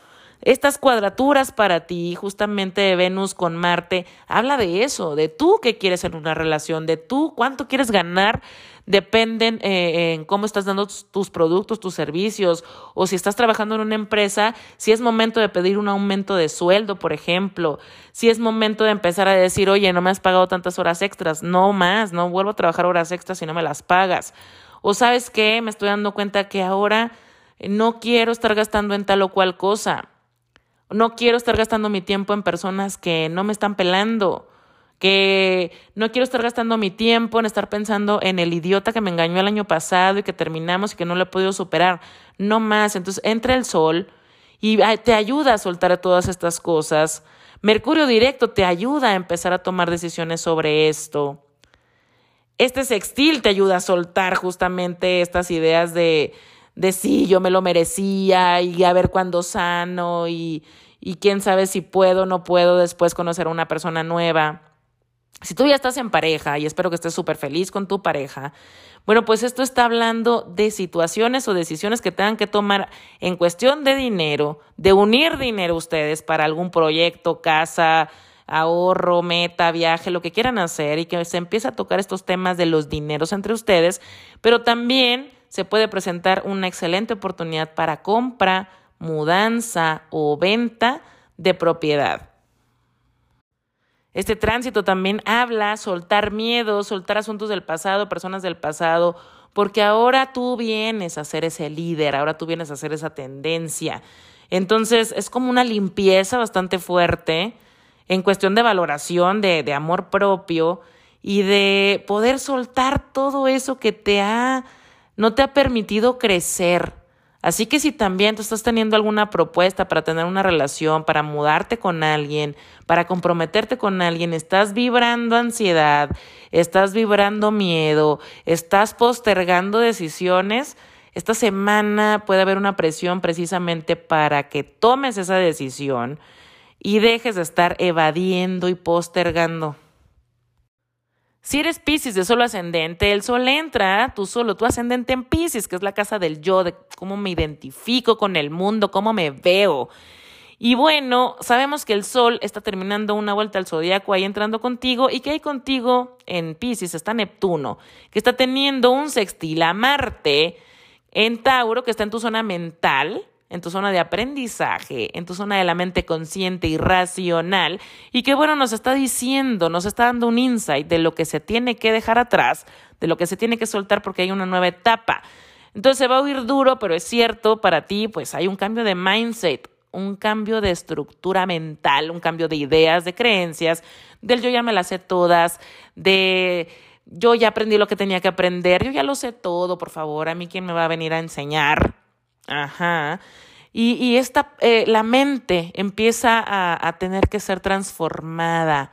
A: Estas cuadraturas para ti, justamente de Venus con Marte, habla de eso, de tú qué quieres en una relación, de tú cuánto quieres ganar, dependen eh, en cómo estás dando tus, tus productos, tus servicios, o si estás trabajando en una empresa, si es momento de pedir un aumento de sueldo, por ejemplo, si es momento de empezar a decir, oye, no me has pagado tantas horas extras, no más, no vuelvo a trabajar horas extras si no me las pagas. O ¿sabes qué? Me estoy dando cuenta que ahora no quiero estar gastando en tal o cual cosa. No quiero estar gastando mi tiempo en personas que no me están pelando, que no quiero estar gastando mi tiempo en estar pensando en el idiota que me engañó el año pasado y que terminamos y que no lo he podido superar. No más. Entonces entra el sol y te ayuda a soltar todas estas cosas. Mercurio directo te ayuda a empezar a tomar decisiones sobre esto. Este sextil te ayuda a soltar justamente estas ideas de, de sí, yo me lo merecía y a ver cuándo sano y, y quién sabe si puedo o no puedo después conocer a una persona nueva. Si tú ya estás en pareja y espero que estés súper feliz con tu pareja, bueno, pues esto está hablando de situaciones o decisiones que tengan que tomar en cuestión de dinero, de unir dinero ustedes para algún proyecto, casa, ahorro, meta, viaje, lo que quieran hacer y que se empiece a tocar estos temas de los dineros entre ustedes, pero también se puede presentar una excelente oportunidad para compra, mudanza o venta de propiedad. Este tránsito también habla soltar miedos, soltar asuntos del pasado, personas del pasado, porque ahora tú vienes a ser ese líder, ahora tú vienes a ser esa tendencia. Entonces es como una limpieza bastante fuerte en cuestión de valoración, de, de amor propio y de poder soltar todo eso que te ha, no te ha permitido crecer. Así que si también tú estás teniendo alguna propuesta para tener una relación, para mudarte con alguien, para comprometerte con alguien, estás vibrando ansiedad, estás vibrando miedo, estás postergando decisiones, esta semana puede haber una presión precisamente para que tomes esa decisión y dejes de estar evadiendo y postergando. Si eres Piscis de Sol ascendente, el Sol entra, tú solo, tu ascendente en Piscis, que es la casa del yo, de cómo me identifico con el mundo, cómo me veo. Y bueno, sabemos que el Sol está terminando una vuelta al zodiaco ahí entrando contigo y que hay contigo en Piscis está Neptuno, que está teniendo un sextil a Marte en Tauro, que está en tu zona mental, en tu zona de aprendizaje, en tu zona de la mente consciente y racional, y que bueno, nos está diciendo, nos está dando un insight de lo que se tiene que dejar atrás, de lo que se tiene que soltar porque hay una nueva etapa. Entonces se va a oír duro, pero es cierto, para ti pues hay un cambio de mindset, un cambio de estructura mental, un cambio de ideas, de creencias, del yo ya me las sé todas, de yo ya aprendí lo que tenía que aprender, yo ya lo sé todo, por favor, a mí quién me va a venir a enseñar. Ajá. Y, y esta, eh, la mente empieza a, a tener que ser transformada,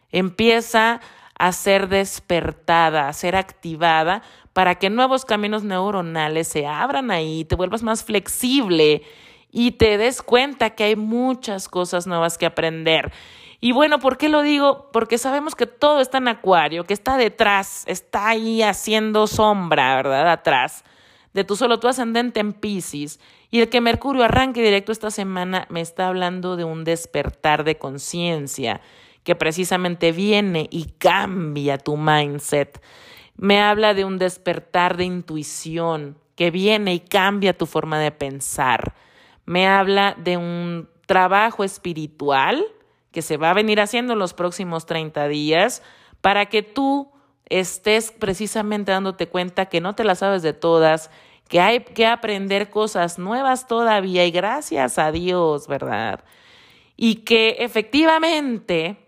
A: empieza a ser despertada, a ser activada para que nuevos caminos neuronales se abran ahí, te vuelvas más flexible y te des cuenta que hay muchas cosas nuevas que aprender. Y bueno, ¿por qué lo digo? Porque sabemos que todo está en Acuario, que está detrás, está ahí haciendo sombra, ¿verdad? Atrás de tu solo tu ascendente en Piscis, y el que Mercurio arranque directo esta semana me está hablando de un despertar de conciencia que precisamente viene y cambia tu mindset. Me habla de un despertar de intuición que viene y cambia tu forma de pensar. Me habla de un trabajo espiritual que se va a venir haciendo en los próximos treinta días para que tú estés precisamente dándote cuenta que no te las sabes de todas, que hay que aprender cosas nuevas todavía y gracias a Dios, ¿verdad? Y que efectivamente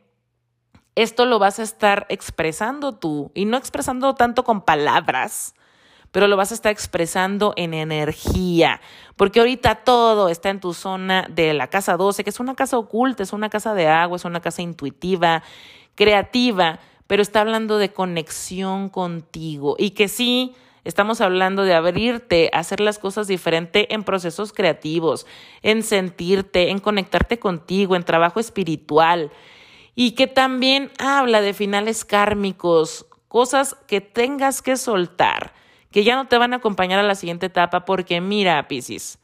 A: esto lo vas a estar expresando tú y no expresando tanto con palabras, pero lo vas a estar expresando en energía, porque ahorita todo está en tu zona de la casa doce, que es una casa oculta, es una casa de agua, es una casa intuitiva, creativa, pero está hablando de conexión contigo y que sí, estamos hablando de abrirte a hacer las cosas diferente en procesos creativos, en sentirte, en conectarte contigo, en trabajo espiritual y que también habla de finales kármicos, cosas que tengas que soltar, que ya no te van a acompañar a la siguiente etapa porque mira, Piscis,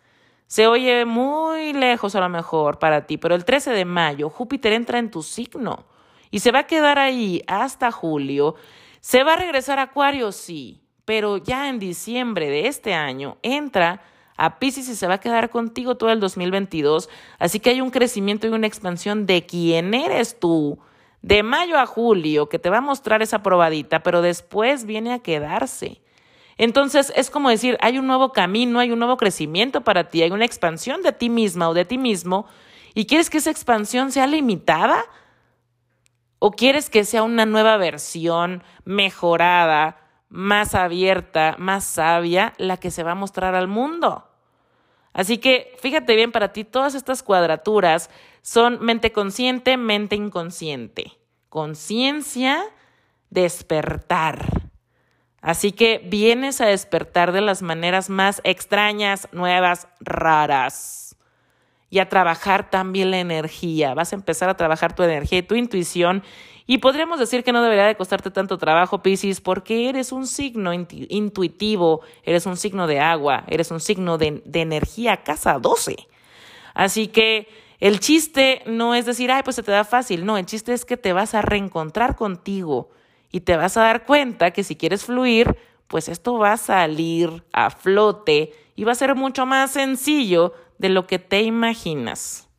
A: Se oye muy lejos a lo mejor para ti, pero el trece de mayo Júpiter entra en tu signo y se va a quedar ahí hasta julio. ¿Se va a regresar a Acuario? Sí, pero ya en diciembre de este año entra a Piscis y se va a quedar contigo todo el dos mil veintidós. Así que hay un crecimiento y una expansión de quién eres tú, de mayo a julio, que te va a mostrar esa probadita, pero después viene a quedarse. Entonces es como decir, hay un nuevo camino, hay un nuevo crecimiento para ti, hay una expansión de ti misma o de ti mismo, y quieres que esa expansión sea limitada o quieres que sea una nueva versión mejorada, más abierta, más sabia, la que se va a mostrar al mundo. Así que fíjate bien, para ti todas estas cuadraturas son mente consciente, mente inconsciente, conciencia, despertar. Así que vienes a despertar de las maneras más extrañas, nuevas, raras. Y a trabajar también la energía. Vas a empezar a trabajar tu energía y tu intuición. Y podríamos decir que no debería de costarte tanto trabajo, Piscis, porque eres un signo intu- intuitivo, eres un signo de agua, eres un signo de, de energía, casa doce. Así que el chiste no es decir, ay, pues se te da fácil. No, el chiste es que te vas a reencontrar contigo y te vas a dar cuenta que si quieres fluir, pues esto va a salir a flote y va a ser mucho más sencillo de lo que te imaginas.